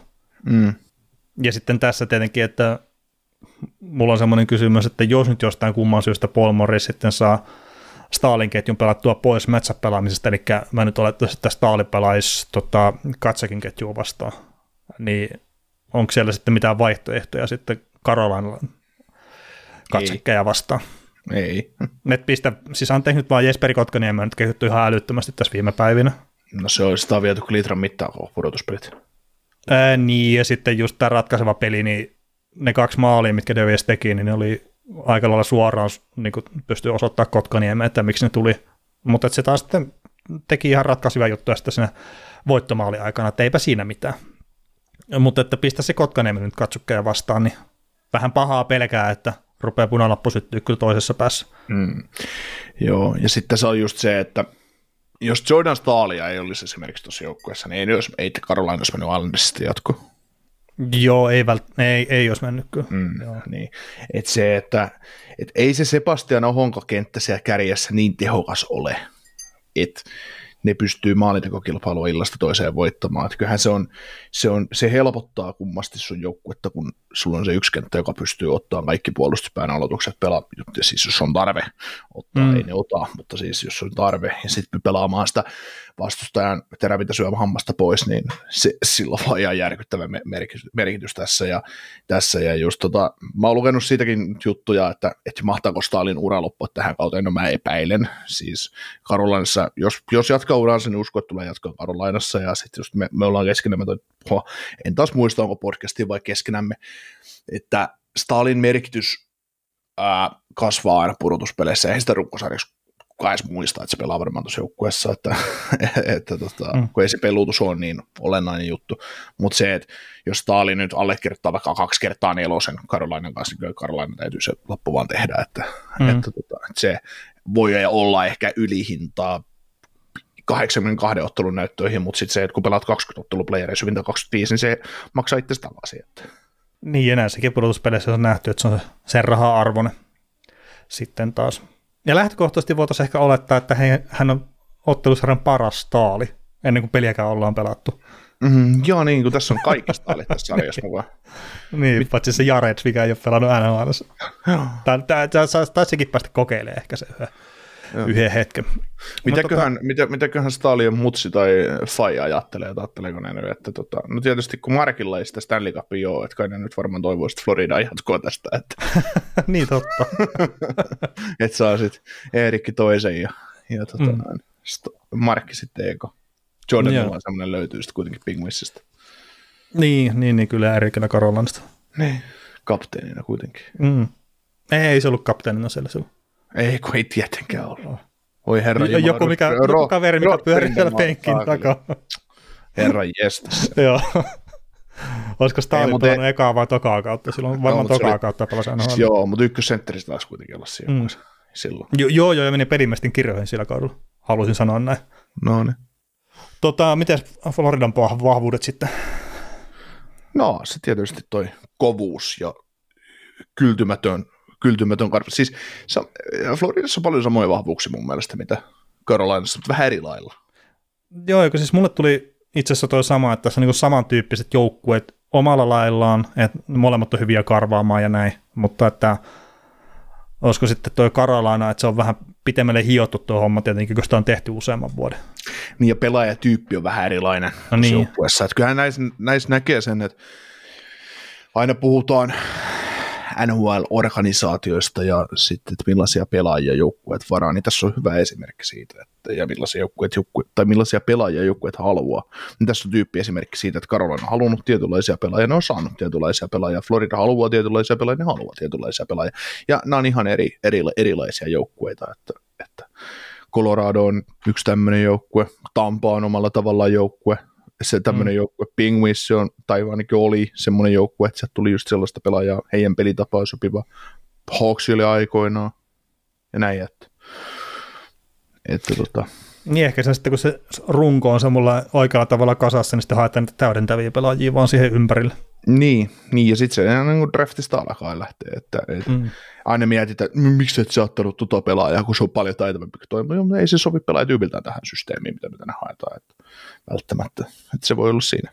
Ja sitten tässä tietenkin, että mulla on semmoinen kysymys, että jos nyt jostain kumman syystä Paul Morris sitten saa Staalin ketjun pelattua pois matchup-pelaamisesta, eli mä nyt olettaisin, että Staali pelaisi Katsakin ketjua vastaan, niin onko siellä sitten mitään vaihtoehtoja sitten Carolinalla Katsakkeja vastaan? Ei. Siis on tehnyt vaan Jesperi Kotkaniemi, nyt kehitty ihan älyttömästi tässä viime päivinä. No se olisi sitä viety litran mittaan koko pudotuspelit. Niin, ja sitten just tämä ratkaiseva peli, niin ne 2 maalia, mitkä Devies teki, niin ne oli aika lailla suoraan, niin pystyi osoittamaan Kotkaniemeen, että miksi ne tuli. Mutta se taas sitten teki ihan ratkaisevia juttuja sitten siinä voittomaali aikana, että eipä siinä mitään. Mutta että pistä se Kotkaniemen nyt Katsukkeja vastaan, niin vähän pahaa pelkää, että rupeaa punalappu syttyä kyllä toisessa päässä. Joo, ja sitten se on just se, että jos Jordan Staalia ei olisi esimerkiksi tuossa joukkueessa, niin ei Carolina olisi mennyt Islandersista jatkoon. Joo, ei olisi mennyt kyllä. Niin. Että se, että ei se Sebastian Ahonka-kenttä siellä kärjessä niin tehokas ole, että ne pystyy maalintekokilpailua illasta toiseen voittamaan. Että kyllähän se helpottaa kummasti sun joukkuetta, kun sulla on se yksi kenttä, joka pystyy ottamaan kaikki puolustuspään aloitukset pelaamaan. Siis jos on tarve ottaa, ei ne ota, mutta siis jos on tarve ja sitten pelaamaan sitä vastustajan terävintä syömä hammasta pois, niin sillä on ihan järkyttävä merkitys tässä. Ja just mä oon lukenut siitäkin juttuja, että mahtaako Staalin ura loppua tähän kauteen, no mä epäilen. Siis Carolinassa, jos jatkaa uransa, niin uskon, että tulee jatkaa Carolinassa, ja sitten just me ollaan keskenämme, en taas muista, onko podcastia vai keskenämme, että Staalin merkitys kasvaa aina pudotuspeleissä, eihän sitä runkosarjassa kukaan edes muistaa, että se pelaa varmaan tuossa joukkueessa, kun ei se peluutus ole niin olennainen juttu, mutta se, että jos Staali nyt allekirjoittaa vaikka 2 kertaa 4 Carolinan kanssa, niin Carolina täytyy se loppu vaan tehdä, että se voi olla ehkä ylihintaa 82 ottelun näyttöihin, mutta sitten se, että kun pelaat 20 ottelun playereissa hyvin 25, niin se maksaa itse takaisin. Niin, enää sekin pudotuspeleissä on nähty, että se on sen raha-arvoinen sitten taas. Ja lähtökohtaisesti voitaisiin ehkä olettaa, että hän on ottelusarjan paras Staali, ennen kuin peliäkään ollaan pelattu. Joo, niin kuin tässä on kaikki Staalit tässä sarjassa mukaan. Niin, paitsi se Jareds, mikä ei ole pelannut NHL:ssä. Tai sekin päästä kokeilemaan ehkä se yhä. yhden hetken. Mitäköhän Stalion mutsi tai Fai ajattelee, että ajatteleeko ne nyt, että no tietysti kun Markilla ei sitä Stanley Cupia ole, että kai ne nyt varmaan toivoisi, että Florida jatkoa tästä. Että niin totta. että saa sitten Eerikki toisen ja Markki sitten eka. Jordanilla on semmoinen löytyy sitten kuitenkin Penguinsista. Niin kyllä Eerikillä Carolinasta. Niin, kapteenina kuitenkin. Ei se ollut kapteenina siellä silloin. Ei, kun ei tietenkään ollut. Oi herra joku kaveri, mikä pyörii siellä penkin takaa. Herra jestas. Joo. Olisiko Stalin pelannut ekaa vai tokaa kautta? Silloin varmaan tokaa kautta pelasi aina. Joo, mutta ykkössentterissä taas kuitenkin olla siinä silloin. Joo, ja meni perimestin kirjoihin sillä kaudella. Haluaisin sanoa näin. No niin. Miten Floridan vahvuudet sitten? No, se tietysti toi kovuus ja kyltymätön karva. Siis Floridassa on paljon samoja vahvuuksia mun mielestä, mitä Carolinassa, mutta vähän eri lailla. Joo, eikö siis mulle tuli itse asiassa toi sama, että tässä on niin samantyyppiset joukkueet omalla laillaan, että molemmat on hyviä karvaamaan ja näin, mutta että olisiko sitten toi Carolina, että se on vähän pitemmälle hiottu tuo homma tietenkin, kun sitä on tehty useamman vuoden. Niin ja pelaajatyyppi on vähän erilainen joukkueessa. Että kyllähän näissä näkee sen, että aina puhutaan NHL-organisaatioista ja sitten, että millaisia pelaajia joukkueet varaa, niin tässä on hyvä esimerkki siitä, että ja millaisia pelaajia joukkueet haluaa. Niin tässä on tyyppi esimerkki siitä, että Carolina on halunnut tietynlaisia pelaajia, ne on saanut tietynlaisia pelaajia, Florida haluaa tietynlaisia pelaajia, ne haluaa tietynlaisia pelaajia. Ja nämä on ihan erilaisia joukkueita, että Colorado on yksi tämmöinen joukkue, Tampa on omalla tavallaan joukkue, se tämmöinen joukkue, Penguins on, tai ainakin oli semmoinen joukkue, että sieltä tuli just sellaista pelaajaa, heidän pelitapaa sopiva, Hawks oli aikoinaan, ja näin, että Niin ehkä se sitten, kun se runko on semmoilla oikealla tavalla kasassa, niin sitten haetaan niitä täydentäviä pelaajia vaan siihen ympärille. Niin ja sitten se niin draftista alkaen lähtee, että aina mietitään, että miksi et sä ottanut tuota pelaajaa, kun se on paljon taitavampi kuin toi, ei se sovi pelaajatyypiltään tähän systeemiin, mitä me tänne haetaan, että välttämättä, että se voi olla siinä.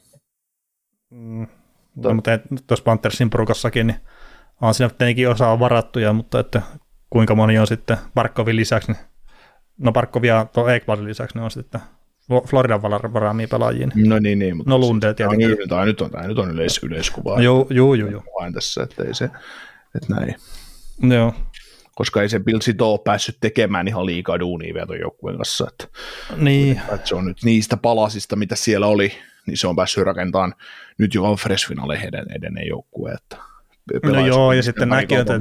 No, mutta tuossa Panthersin porukassakin, niin on siinä tietenkin osa varattuja, mutta että kuinka moni on sitten Barkovin lisäksi, niin no Barkovia tuon Ekbladin lisäksi ne on sitten Floridan varaamia pelaajia. No niin. Mutta no Lundell tietenkin. Tämä nyt on yleiskuvaa. Joo. Vain tässä, että ei se, että näin. Joo. Koska ei se Bill Zito ole päässyt tekemään ihan liikaa duunia vielä tuon joukkueen kanssa. Niin. Että se on nyt niistä palasista, mitä siellä oli, niin se on päässyt rakentamaan nyt jo conference-finaaleihin edenneen joukkueen. No joo, ja sitten nämäkin on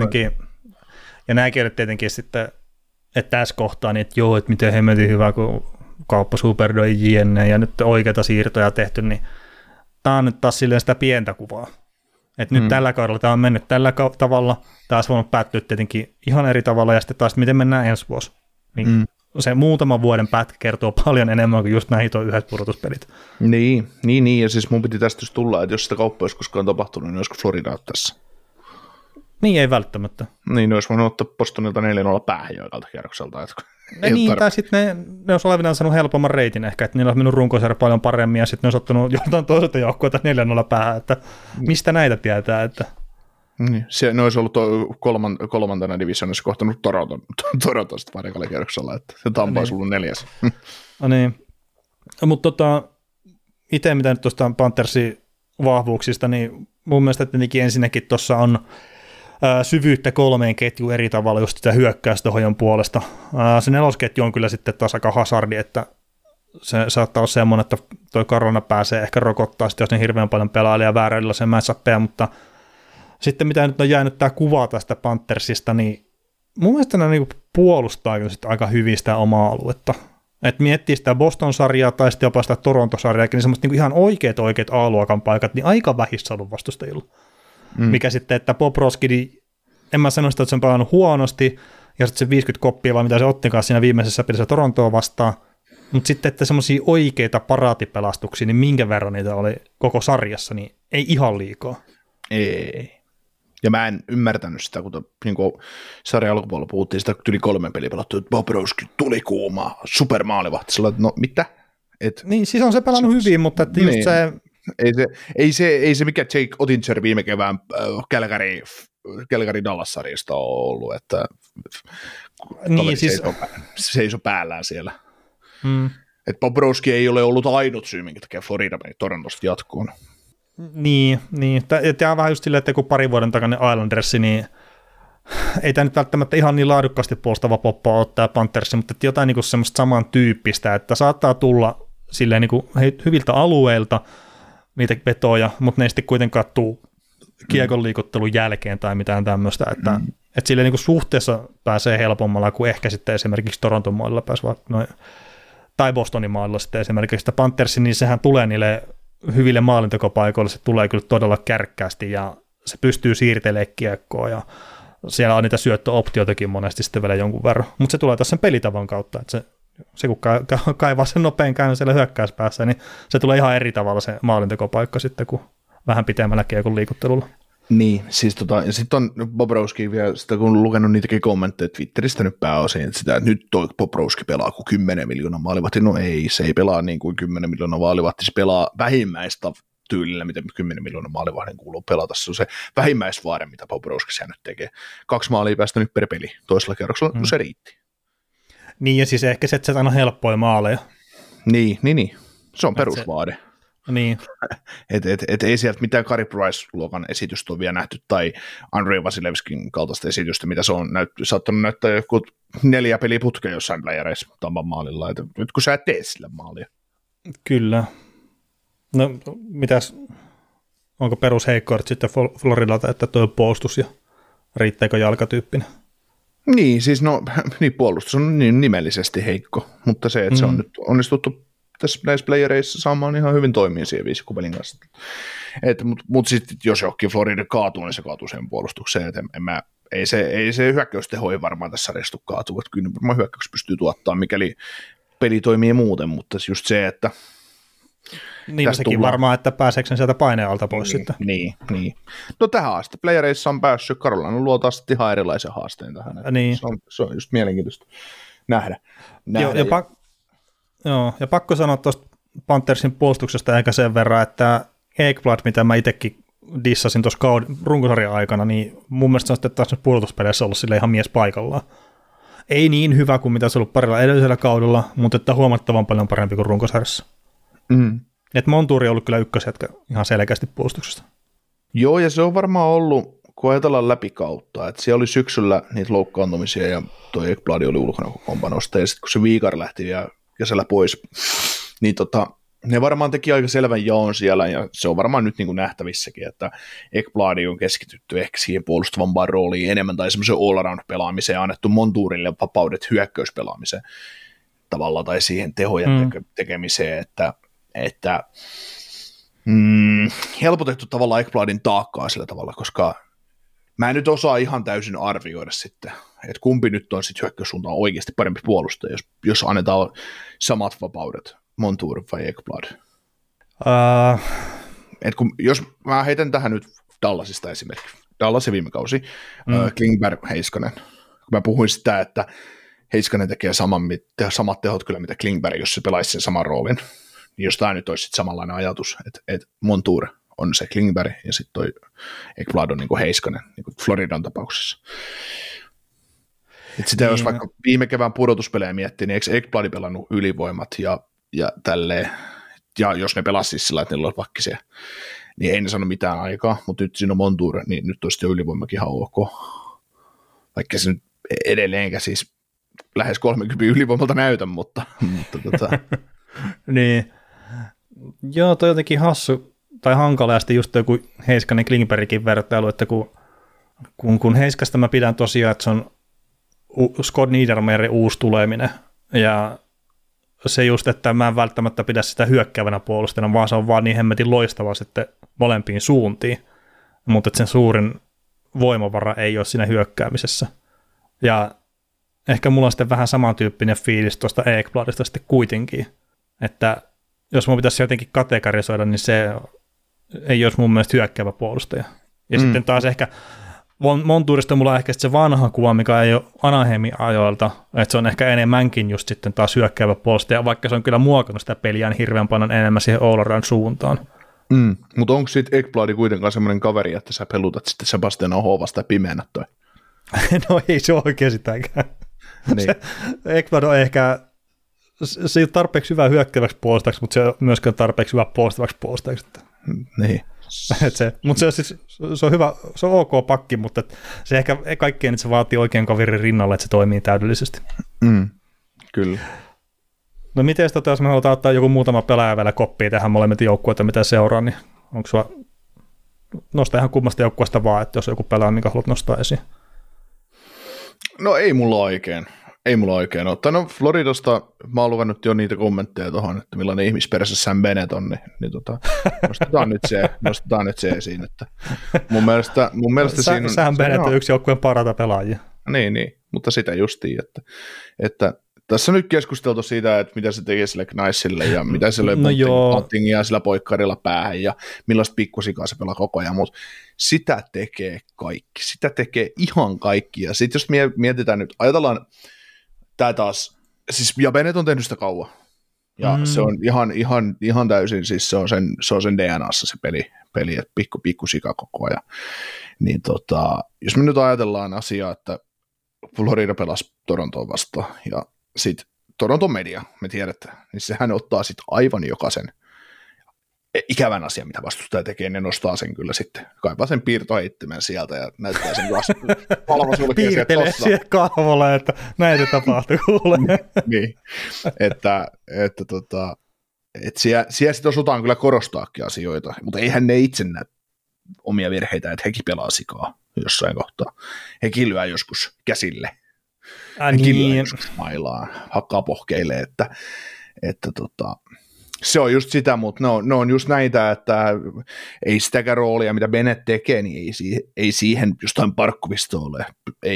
tietenkin sitten, että tässä kohtaa, niin että joo, että miten hemmetin hyvä, kun kauppa superdoi jne, ja nyt oikeita siirtoja tehty, niin tämä on nyt taas silleen sitä pientä kuvaa. Että nyt tällä kaudella tämä on mennyt tällä tavalla, taas voinut päättyä tietenkin ihan eri tavalla, ja sitten taas miten mennään ensi vuosi. Niin se muutaman vuoden pätkä kertoo paljon enemmän kuin just näihin yhdet pudotuspelit. Niin, ja siis mun piti tästä just tulla, että jos sitä kauppaa olisi koskaan tapahtunut, niin olisiko Florida tässä? Niin, ei välttämättä. Niin, ne olisi voinut ottaa Bostonilta 4-0 päähän joikalta kierrokselta. Niin, tai sitten ne olisi olevinaan saanut helpomman reitin ehkä, että niillä olisi mennyt runkosarja paljon paremmin, ja sitten ne olisi ottanut jotain toiselta joukkueelta 4-0 päähän, että mistä näitä tietää, että... Niin, ne olisi ollut kolmantena divisioonissa kohtanut Toronto sitten varikalla kierroksella, että se Tampa olisi ollut 4. No niin, mutta itse mitä nyt tuosta Panthersin vahvuuksista, niin mun mielestä tietenkin ensinnäkin tuossa on syvyyttä 3 ketjuun eri tavalla just sitä hyökkäystohojon puolesta. Se 4. ketju on kyllä sitten taas aika hazardi, että se saattaa olla semmoinen, että toi Carolina pääsee ehkä rokottaa sitten, jos ne hirveän paljon pelailee vääräillaisen matchappeja, mutta sitten mitä nyt on jäänyt tämä kuva tästä Panthersista, niin mun mielestä ne niinku puolustaa kyllä sitten aika hyvin sitä omaa aluetta. Että miettii sitä Boston-sarjaa tai sitten jopa sitä Toronto-sarjaa, niin semmoista niinku ihan oikeat A-luokan paikat, niin aika vähissä ollut vastustajilla. Mikä sitten, että Bobrovsky, en mä sano sitä, että se on pelannut huonosti, ja sitten se 50 koppia, vai mitä se ottikaan siinä viimeisessä pelissä Torontoa vastaan, mutta sitten, että semmoisia oikeita paraatipelastuksia, niin minkä verran niitä oli koko sarjassa, niin ei ihan liikaa. Ei. Ja mä en ymmärtänyt sitä, kun sarjan alkupuolella puhuttiin sitä, kun yli 3 peliä pelattu, että Bobrovsky tuli kuumaa, supermaalivahti, sillä no mitä? Niin, siis on se pelannut hyvin, mutta että just niin. Ei se mikä Jake Oettinger viime kevään Calgary Dallas-sarjasta on ollut, että niin, siis seisoi päällään siellä. Et Bobrovski ei ole ollut ainut syy, minkä takia Florida meni Torontosta jatkoon. Niin. Tämä on vähän just silleen, että kun pari vuoden takainen Islandersi, niin ei tämä nyt välttämättä ihan niin laadukkaasti puolustava poppa ole tämä Panthersi, mutta jotain niin semmoista samantyyppistä, että saattaa tulla silleen niin kuin hyviltä alueilta niitä vetoja, mutta ne ei sitten kuitenkaan tule kiekon liikuttelun jälkeen tai mitään tämmöistä, että silleen niin kuin suhteessa pääsee helpommalla kuin ehkä sitten esimerkiksi Toronton mailla tai Bostonin mailla sitten esimerkiksi sitä Panthersi, niin sehän tulee niille hyville maalintekopaikoille, se tulee kyllä todella kärkkäästi ja se pystyy siirtelemään kiekkoa ja siellä on niitä syöttöoptioitakin monesti sitten vielä jonkun verran, mutta se tulee tässä sen pelitavan kautta, että se kun kaivaa sen nopean käännön siellä hyökkäyspäässä, niin se tulee ihan eri tavalla se maalintekopaikka sitten kuin vähän pitemmällä kiekon liikuttelulla. Niin, siis ja sitten on Bobrovski vielä, sitä kun on lukenut niitäkin kommentteja Twitteristä nyt pääosin, että nyt toi Bobrovski pelaa kuin 10 miljoonaa maalivahtia, no ei, se ei pelaa niin kuin 10 miljoonaa maalivahtia, se pelaa vähimmäistä tyylillä, miten 10 miljoonaa maalivahdin kuuluu pelata, se on se vähimmäisvaade, mitä Bobrovski nyt tekee. 2 maalia päästänyt per peli, toisella kerroksella, no se riitti. Niin, ja siis ehkä se, että se aina helppoja maaleja. Niin, se on perusvaade. Niin. Et ei sieltä mitään Carey Price-luokan esitystä ole vielä nähty, tai Andrei Vasilevskin kaltaista esitystä, mitä se on saattanut näyttää joku 4 peliputkea jossain playereissa Tampan maalilla, että nyt kun sä et tee sille maalia. Kyllä. No, mitäs, onko perusheikkoudet sitten Floridalta, että tuo puolustus ja riittääkö jalkatyyppinen? Niin, siis puolustus on niin nimellisesti heikko, mutta se, että se on nyt onnistuttu tässä näissä playereissa saamaan ihan hyvin toimia siihen viisikupelin kanssa. Mutta sitten jos johonkin Florida kaatuu, niin se kaatuu sen puolustukseen. Ei se hyökkäysteho ei varmaan tässä sarjassa kaatuu. Että kyllä varmaan hyökkäys pystyy tuottamaan, mikäli peli toimii muuten, mutta just se, että niin sekin varmaan, että pääseekö sen sieltä paineen alta pois sitten. Niin. No tähän asti playereissa on päässyt, Carolina luo taas ihan erilaisen haasteen tähän. Niin. Se on just mielenkiintoista nähdä. Ja pakko sanoa tuosta Panthersin puolustuksesta ehkä sen verran, että Ekblad, mitä mä itsekin dissasin tuossa runkosarjan aikana, niin mun mielestä se on sitten taas puolustuspeleissä ollut sille ihan mies paikallaan. Ei niin hyvä kuin mitä se on ollut parilla edellisellä kaudella, mutta että huomattavan paljon parempi kuin runkosarjassa. Et Montouri on ollut kyllä ykkösjätkä ihan selkeästi puolustuksesta. Joo, ja se on varmaan ollut, kun ajatellaan läpi kautta, että siellä oli syksyllä niitä loukkaantumisia ja toi Ekblad oli ulkona kokoonpanosta, ja sitten kun se Viikar lähti vielä kesällä pois, niin ne varmaan teki aika selvän jaon siellä, ja se on varmaan nyt niin kuin nähtävissäkin, että Ekblad on keskitytty ehkä siihen puolustavampaan rooliin enemmän, tai semmoisen all-around-pelaamiseen, annettu Montourille vapaudet hyökkäyspelaamiseen tavallaan, tai siihen tehojen tekemiseen, että helpotettu tavallaan Ekbladin taakkaa sillä tavalla, koska mä en nyt osaa ihan täysin arvioida sitten, että kumpi nyt on sitten hyökkäyssuuntaan oikeasti parempi puolustaja, jos annetaan samat vapaudet, Montour vai Ekblad. Jos mä heitän tähän nyt Dallasista esimerkiksi, Dallasin viime kausi, Klingberg, Heiskanen, kun mä puhuin sitä, että Heiskanen tekee samat tehot kyllä mitä Klingberg, jos se pelaisi sen saman roolin, niin jos tämä nyt olisi sitten samanlainen ajatus, että Montour on se Klingberg ja sitten toi Ekblad on niin kuin Heiskanen, niin kuin Floridan tapauksessa. Et sitä jos vaikka viime kevään pudotuspelejä miettii, niin eikö Ekblad pelannut ylivoimat ja tälleen, ja jos ne pelasi siis sillä, että niillä olisi vakkisia, niin ei ne sano mitään aikaa, mutta nyt siinä on Montour, niin nyt olisi jo ylivoimakin ihan ok. Vaikka se nyt edelleenkä siis lähes 30 ylivoimalta näytä, mutta niin. Joo, toi jotenkin hassu tai hankala, ja sitten just joku Heiskanen Klingbergin vertailu, että kun Heiskasta mä pidän tosiaan, että se on Scott Niedermayerin uusi tuleminen, ja se just, että mä en välttämättä pidä sitä hyökkäävänä puolustajana, vaan se on vaan niin hemmetin loistava sitten molempiin suuntiin, mutta että sen suurin voimavara ei ole siinä hyökkäämisessä. Ja ehkä mulla on sitten vähän samantyyppinen fiilis tuosta Ekbladista sitten kuitenkin, että jos mun pitäisi jotenkin kategorisoida, niin se ei olisi mun mielestä hyökkäävä puolustaja. Ja sitten taas ehkä Montourista mulla on ehkä se vanha kuva, mikä ei ole Anaheimin ajoilta, että se on ehkä enemmänkin just sitten taas hyökkäävä puolustaja, vaikka se on kyllä muokannut sitä peliään hirveän paljon enemmän siihen all-around suuntaan. Mutta onko sitten Ekblad kuitenkaan semmoinen kaveri, että sä pelutat sitten Sebastian Ahoa vasta pimeänä toi? No ei se ole oikein sitäkään. Niin. Ekman on ehkä, se ei ole tarpeeksi hyvä hyökkääväksi puolustajaksi, mutta se on myöskään tarpeeksi hyvä puolustavaksi puolustajaksi. Niin. Mutta se on siis, se on hyvä, se on ok pakki, mutta se ehkä kaikkien se vaatii oikean kaverin rinnalle, että se toimii täydellisesti. Kyllä. No miten sitä, jos me halutaan ottaa joku muutama pelaaja vielä koppia tähän molemmat joukkueita, mitä seuraa, niin onko sulla, nosta ihan kummasta joukkueesta vaan, että jos joku pelaa, minkä haluat nostaa esiin? No ei mulla oikein ole. No Floridasta mä oon luvannut jo niitä kommentteja tuohon, että millainen ihmisperässä Sam Bennett on, niin nostetaan nyt se esiin. Että mun mielestä siinä on... Sam Bennett on yksi joukkueen parhaita pelaajia. Niin, mutta sitä justiin, että tässä on nyt keskusteltu siitä, että mitä se tekee sille Knaisille ja mitä se löi Buntingia sillä poikkarilla päähän ja millaista pikkusikaa se pelaa koko ajan, mutta sitä tekee kaikki, sitä tekee ihan kaikki. Ja sitten jos mietitään nyt, ajatellaan tämä taas, siis ja Bennett on tehnyt sitä kauan ja se on ihan täysin, siis se on sen DNAssa se peli että pikkusika koko ajan. Niin jos me nyt ajatellaan asiaa, että Florida pelasi Torontoon vastaan ja sitten Toronton media, me tiedetään, niin sehän ottaa sitten aivan jokaisen ikävän asian, mitä vastustaja tekee, ne nostaa sen kyllä sitten. Kaipaa sen piirtoheittimen sieltä ja näyttää sen palvasulkeen sieltä piirtelee siihen kahvolle, että näitä tapahtuu kuule. Niin, että siellä sitten osutaan kyllä korostaakin asioita, mutta eihän ne itse näe omia virheitä, että hekin pelaa sikaa jossain kohtaa. Hekin lyö joskus käsille. Hekin joskus mailaan, hakkaa pohkeille, että se on just sitä, mutta ne on just näitä, että ei sitäkään roolia, mitä Bennett tekee, niin ei siihen jostain parkkuvista ole.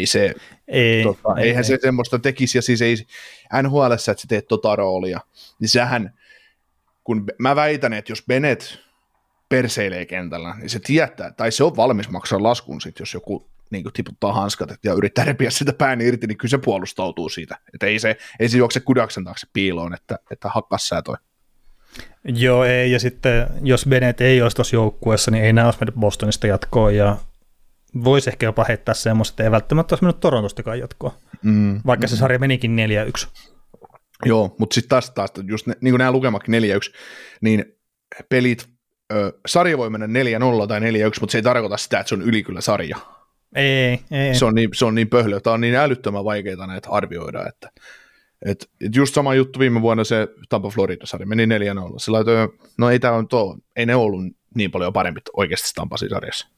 Eihän se semmoista tekisi, ja siis ei NHL:ssä, että sä teet roolia, niin sähän, kun mä väitän, että jos Bennett perseilee kentällä, niin se tietää, tai se on valmis maksaa laskun sit, jos joku niin kuin tiputtaa hanskat ja yrittää repiä sitä pään irti, niin kyllä se puolustautuu siitä. Että ei se juokse kudaksen taakse piiloon, että hakkas sä toi. Joo, ei, ja sitten jos Bennett ei olisi tuossa joukkueessa, niin ei nämä olisi mennyt Bostonista jatkoon, ja voisi ehkä jopa heittää semmoista, että ei välttämättä olisi mennyt Torontostakaan jatkoon, vaikka se sarja menikin 4-1. Joo, mutta sitten taas just niin kuin nämä lukemakin 4-1, niin pelit, sarja voi mennä 4-0 tai 4-1, mutta se ei tarkoita sitä, että se on yli kyllä sarja. Ei. Se on niin pöhlö, tämä on niin älyttömän vaikeita näitä arvioida, että just sama juttu viime vuonna se Tampa Florida-sarja meni 4-0. Sillä no ei ne ollut niin paljon parempi oikeasti Tampasin sarjassa.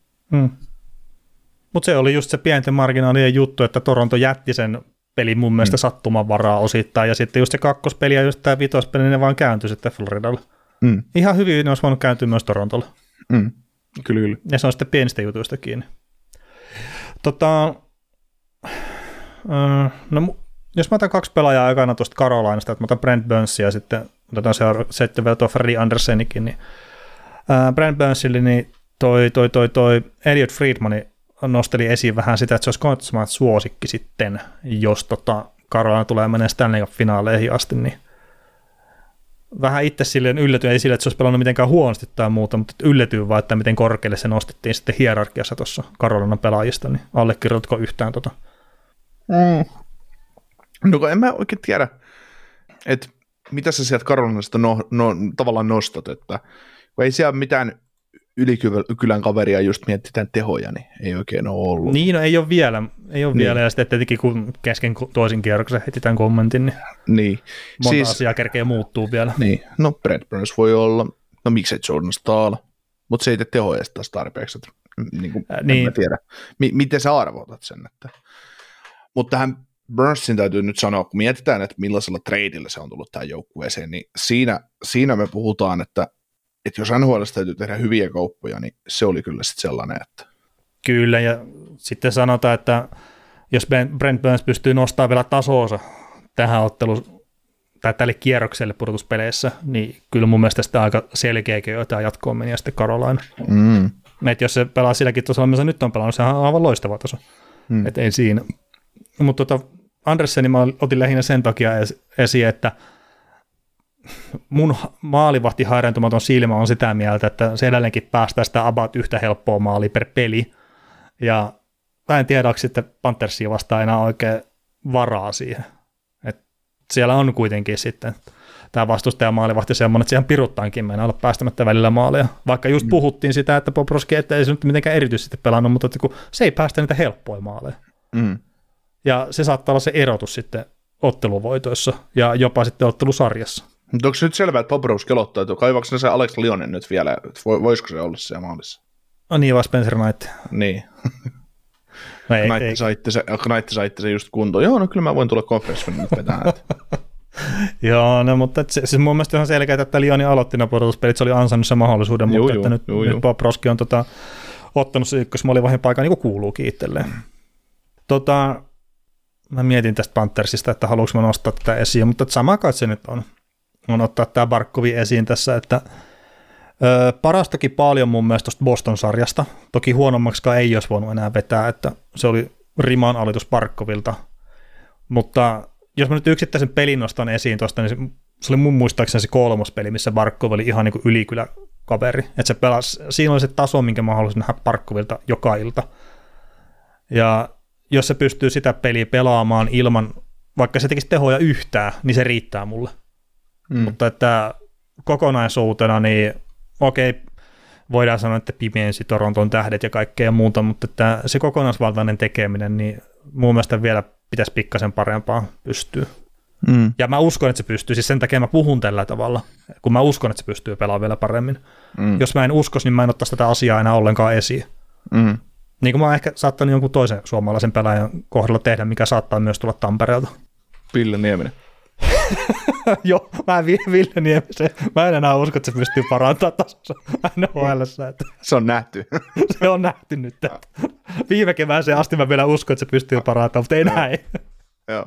Mutta se oli just se pienten marginaalien juttu, että Toronto jätti sen pelin mun mielestä sattuman varaa osittain, ja sitten just se kakkospeli ja just tämä vitospeli, ne vaan kääntyi sitten Floridalle. Ihan hyvin ne olisi voinut kääntyä myös Torontolle. Kyllä. Ja se on sitten pienistä jutuista kiinni. No, jos mä otan 2 pelaajaa aikana tuosta Carolinasta, että mä otan Brent Burnsia ja sitten otetaan sitten vielä tuo Freddie Andersenikin, niin Brent Burnsille niin toi Elliot Friedman nosteli esiin vähän sitä, että se olisi Conn Smythe suosikki sitten, jos Carolina tulee menee Stanley Cup-finaaleihin asti, niin vähän itse silleen yllätyin, ei sille, että se olisi pelannut mitenkään huonosti tai muuta, mutta yllätyin vaan, että miten korkealle se nostettiin sitten hierarkiassa tuossa Carolinan pelaajista, niin allekirjoitatko yhtään No en mä oikein tiedä, että mitä sä sieltä Carolinasta tavallaan nostat, että kun ei siellä mitään ylikylän kaveria just mietitään tehoja, niin ei oikein ole ollut. Niin, no ei ole vielä, ja sitten tietenkin kun kesken toisin kierroksen heti tämän kommentin, niin monta asiaa kerkee muuttuu vielä. Niin, no Brent Burns voi olla, no miksei Jordan Staal, mutta se ei tee tehoja taas tarpeeksi, että en mä tiedä, miten sä arvotat sen, mutta tähän Burnsin täytyy nyt sanoa, kun mietitään, että millaisella tradeillä se on tullut tähän joukkueeseen, niin siinä me puhutaan, että jos NHL:ssä täytyy tehdä hyviä kauppoja, niin se oli kyllä sitten sellainen, että... Kyllä, ja sitten sanotaan, että jos Brent Burns pystyy nostamaan vielä tasonsa tähän otteluun, tai tälle kierrokselle pudotuspeleissä, niin kyllä mun mielestä sitä aika selkeäkin jotain jatkoon meni ja sitten Carolina. Että jos se pelaa silläkin tasolla, missä nyt on pelannut, sehän on aivan loistava taso. Että ei siinä. Mutta Andersenin mä otin lähinnä sen takia esiin, että mun maalivahti hairentumaton silmä on sitä mieltä, että se edelleenkin päästään sitä about yhtä helppoa maalia per peli. Ja mä en tiedä, onko sitten Panthersia vastaan enää oikein varaa siihen. Et siellä on kuitenkin sitten tämä vastustajan maalivahti semmoinen, että siihen piruttaankin mennä olla päästämättä välillä maaleja. Vaikka just puhuttiin sitä, että Bobrovski ei se nyt mitenkään erityisesti pelannut, mutta kun se ei päästä niitä helppoja maaleja. Ja se saattaa olla se erotus sitten otteluvoitoissa ja jopa sitten ottelusarjassa. Mutta onko se nyt selvää, että Bobrovski aloittaa, että kaivaako se Alex Lionen nyt vielä, että voisiko se olla siellä maalissa? No niin, vai Spencer Knight. Niin. No Knight saitte se just kuntoon. Joo, no kyllä mä voin tulla konferenssiin nyt vetää. Joo, no, mutta se mun mielestä ihan selkeä, että Lioni aloitti ne pudotuspelit, se oli ansainnut sen mahdollisuuden, mutta että nyt Bobrovski on ottanut se ykkösmaalivahdin paikan niin kuin kuuluukin itselleen. Mä mietin tästä Panthersista, että haluanko mä nostaa tätä esiin, mutta sama kai se nyt on ottaa tämä Barkovi esiin tässä, että parastakin paljon mun mielestä tuosta Boston-sarjasta, toki huonommaksikaan ei olisi voinut enää vetää, että se oli riman alitus Barkovilta, mutta jos mä nyt yksittäisen pelin nostan esiin tuosta, niin se oli mun muistaakseni se 3. peli, missä Barkov oli ihan niin kuin ylikyläkaveri, että se pelasi, siinä oli se taso, minkä mä haluaisin nähdä Barkovilta joka ilta, ja jos se pystyy sitä peliä pelaamaan ilman, vaikka se tekisi tehoja yhtään, niin se riittää mulle. Mutta että kokonaisuutena, niin okei, voidaan sanoa, että pimensi Toronton tähdet ja kaikkea muuta, mutta että se kokonaisvaltainen tekeminen, niin mun mielestä vielä pitäisi pikkasen parempaa pystyä. Ja mä uskon, että se pystyy, siis sen takia mä puhun tällä tavalla, kun mä uskon, että se pystyy pelaamaan vielä paremmin. Jos mä en uskoisi, niin mä en ottaisi tätä asiaa enää ollenkaan esiin. Niin kuin mä oon ehkä saattanut jonkun toisen suomalaisen pelaajan kohdalla tehdä, mikä saattaa myös tulla Tampereelta. Ville Nieminen. Joo, mä Ville Niemisen. Mä en enää usko, että se pystyy parantamaan tasonsa NHL:ssä. Se on nähty. Se on nähty nyt. Viime kevääseen asti mä vielä uskon, että se pystyy parantamaan, mutta ei näin. Joo.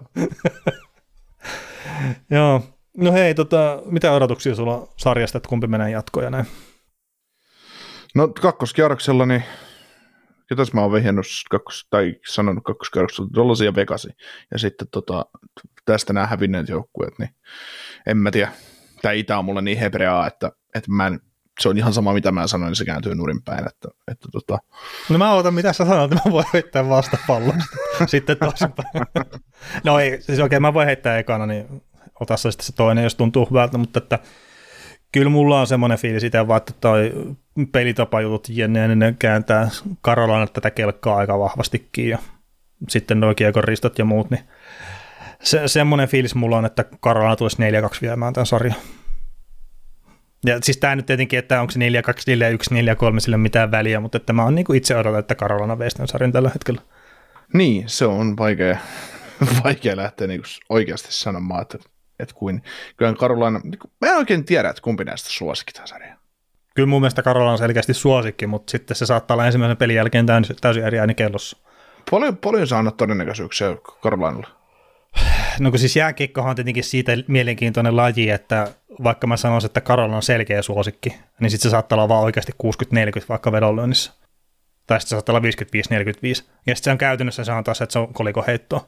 Joo. No hei, mitä odotuksia sulla on sarjasta, että kumpi menee jatkoon ja näin? No kakkoskierroksella, niin ketäs mä oon vehjännyt tai sanonut kakkoskierroksella, Dolosi ja Vegasi. Ja sitten tästä nämä hävinneet joukkueet, niin en mä tiedä. Tämä itä on mulle niin hebreaa, että se on ihan sama, mitä mä sanoin, niin se kääntyy nurinpäin. No mä ootan, mitä sä sanoit, että mä voin heittää vastapallon sitten toisinpäin. No ei, siis okei, mä voin heittää ekana, niin ota se sitten se toinen, jos tuntuu hyvältä, mutta että kyllä mulla on semmoinen fiilis itse vaan, että toi pelitapajutut jne, ne kääntää Carolina tätä kelkkaa aika vahvastikin ja sitten nuo kiekonristot ja muut, niin semmoinen fiilis mulla on, että Carolina tulisi 4-2 viemään tämän sarjan. Ja siis tämä nyt tietenkin, että onko se 4-2, 4-1, 4-3, sillä mitään väliä, mutta että mä oon niin kuin itse odotan, että Carolina veisi tämän sarjan tällä hetkellä. Niin, se on vaikea lähteä niin oikeasti sanomaan, että kyllä Carolina, mä en oikein tiedä, että kumpi näistä suosikki tämän sarjan. Kyllä mun mielestä Carolina on selkeästi suosikki, mutta sitten se saattaa olla ensimmäisen pelin jälkeen täysin eri ääni kellossa. Paljon saa annat todennäköisyyksiä Carolinalla? No kun siis jääkiekkohan on tietenkin siitä mielenkiintoinen laji, että vaikka mä sanoisin, että Carolina on selkeä suosikki, niin sitten se saattaa olla vaan oikeasti 60-40 vaikka vedonlyönnissä. Tai sitten se saattaa olla 55-45. Ja sitten se on käytännössä, se on taas, että se on kolikoheittoa.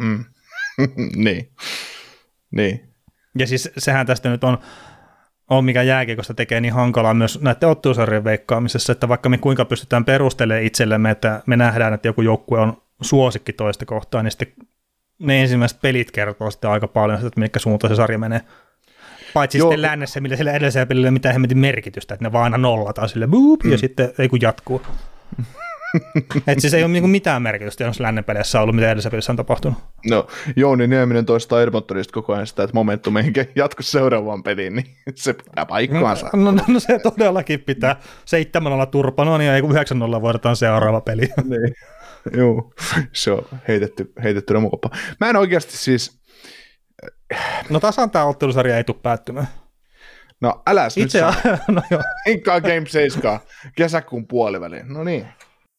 Niin. Ja siis sehän tästä nyt on mikä jääkiekosta tekee niin hankalaa myös näiden ottelusarjojen veikkaamisessa, että vaikka me kuinka pystytään perustelemaan itsellemme, että me nähdään, että joku joukkue on suosikki toista kohtaan, niin sitten ne ensimmäiset pelit kertoo sitten aika paljon sitä, että minkä suuntaan se sarja menee. Paitsi sitten lännessä, millä sillä edellisellä pelillä ei ole mitään hemmetin merkitystä, että ne vaan aina nollataan sille boop, ja sitten ei kun jatkuu. Että siis ei ole niinku mitään merkitystä, jos lännen peleissä on ollut, mitä edellisessä pelissä on tapahtunut. No, Jouni Nieminen toistaa Edmontonista koko ajan sitä, että momentum ei jatku seuraavaan peliin, niin se pitää paikkaansa. No se todellakin pitää. 7-0 turpanoon, niin ei kun 9-0 voidaan seuraava peli. Niin. Joo, se on heitetty romukoppaan. Mä en oikeasti siis... No tasan tämä ottelusarja ei tule päättymään. No äläs nyt saa. No joo. Inkkaa Game 7, kesäkuun puoliväliin. No niin.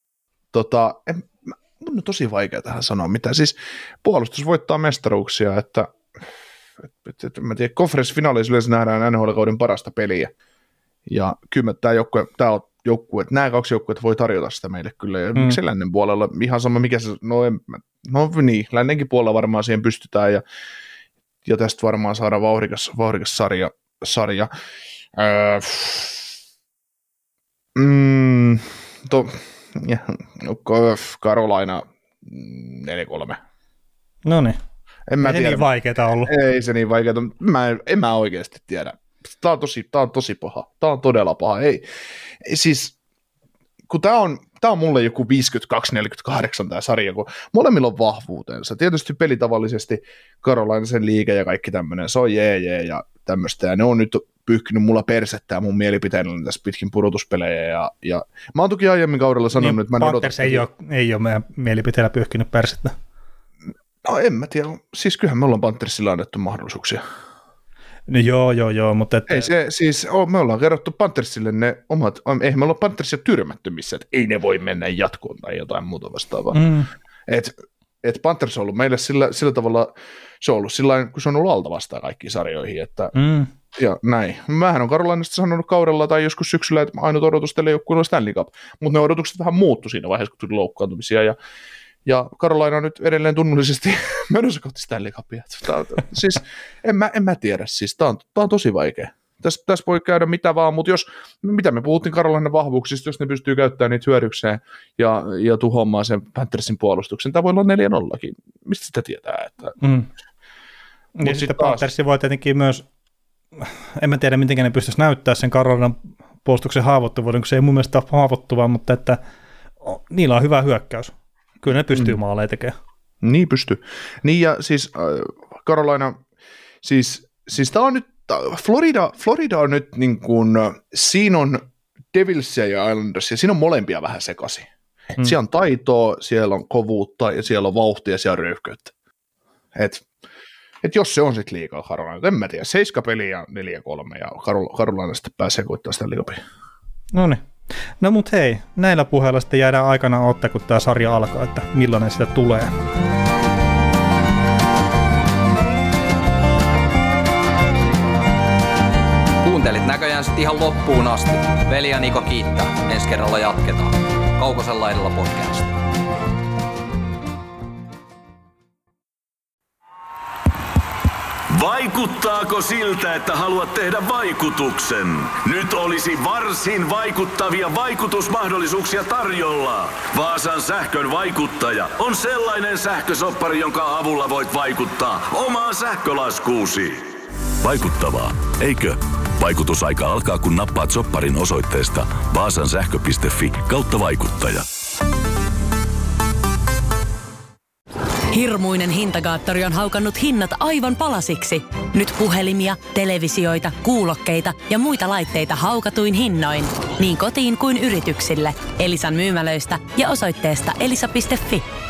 Mun on tosi vaikea tähän sanoa mitään. Siis puolustus voittaa mestaruuksia, että mä tiedän, konferenssifinaalissa yleensä nähdään NHL-kauden parasta peliä. Ja kyllä tämä joukkue, nämä kaksi joukkuetta voi tarjota sitä meille kyllä. Ja miksi lännen puolella ihan sama, mikä se, no niin, lännenkin puolella varmaan siihen pystytään ja tästä varmaan saadaan vauhdikas sarja. Carolina 4-3. No niin. En ei se niin vaikeeta ollut. Ei se niin vaikeeta. En mä oikeasti tiedä. Tää on tosi paha. Tää on todella paha. Ei siis, kun tää on mulle joku 52-48 tää sarja, kun molemmilla on vahvuutensa. Tietysti pelitavallisesti Carolinaisen liiga ja kaikki tämmöinen, se on jee ja tämmöistä, ja ne on nyt pyyhkinyt mulla persettä mun mielipiteillä tässä pitkin pudotuspelejä, ja mä oon toki aiemmin kaudella sanonut, että mä en odota. ei ole meidän mielipiteillä pyyhkinyt persettä. No en mä tiedä, siis kyllähän me ollaan Panthersilla annettu mahdollisuuksia. No joo, mutta... Ei se, siis me ollaan kerrottu Panthersille ne omat, eihän me olla Panthersia tyrmätty missä, että ei ne voi mennä jatkoon tai jotain muuta vastaavaa. Et Panthers on ollut meille sillä tavalla, se on ollut sillä kun se on ollut alta vastaan kaikkiin sarjoihin, että ja näin. Mähän on Carolinasta sanonut kaudella tai joskus syksyllä, että ainut odotus teille joku on Stanley Cup, mutta ne odotukset vähän muuttui siinä vaiheessa, kun tuli loukkaantumisia, ja Carolina on nyt edelleen tunnollisesti menossa kohti Stanley Cupia. Siis en mä tiedä, siis tää on tosi vaikea. Tässä voi käydä mitä vaan, mutta mitä me puhuttiin Carolinan vahvuuksista, jos ne pystyy käyttämään niitä hyödykseen ja tuhoamaan sen Panthersin puolustuksen, tämä voi olla 4-0kin. Mistä sitä tietää? Ja sitten Panthersi voi tietenkin myös, en mä tiedä miten ne pystyisi näyttää sen Carolinan puolustuksen haavoittuvuuden, kun se ei mun mielestä ole haavoittuvaa, mutta että niillä on hyvä hyökkäys. Kyllä ne pystyy maaleja tekemään. Niin pystyy. Niin ja siis Carolina, siis tämä on nyt, Florida on nyt niin kuin, siinä on Devilsia ja Islandersia, siinä on molempia vähän sekaisin. Siellä on taitoa, siellä on kovuutta ja siellä on vauhtia ja siellä on röyhköyttä. Et jos se on sitten liikaa Carolina, en mä tiedä, 7 peliä 4-3 ja Carolina sitten pääsee koittaa sitä liigapia. Noniin. No mut hei, näillä puheilla sitten jäädään aikana ottaa, kun tämä sarja alkaa, että millainen sitä tulee. Kuuntelit näköjään sitten ihan loppuun asti. Veli ja Niko kiittää. Ensi kerralla jatketaan. Kaukosen laidalla podcast. Vaikuttaako siltä, että haluat tehdä vaikutuksen? Nyt olisi varsin vaikuttavia vaikutusmahdollisuuksia tarjolla. Vaasan sähkön vaikuttaja on sellainen sähkösoppari, jonka avulla voit vaikuttaa omaan sähkölaskuusi. Vaikuttavaa, eikö? Vaikutusaika alkaa, kun nappaat sopparin osoitteesta vaasansähkö.fi/vaikuttaja. Hirmuinen hintakaattori on haukannut hinnat aivan palasiksi. Nyt puhelimia, televisioita, kuulokkeita ja muita laitteita haukatuin hinnoin. Niin kotiin kuin yrityksille. Elisan myymälöistä ja osoitteesta elisa.fi.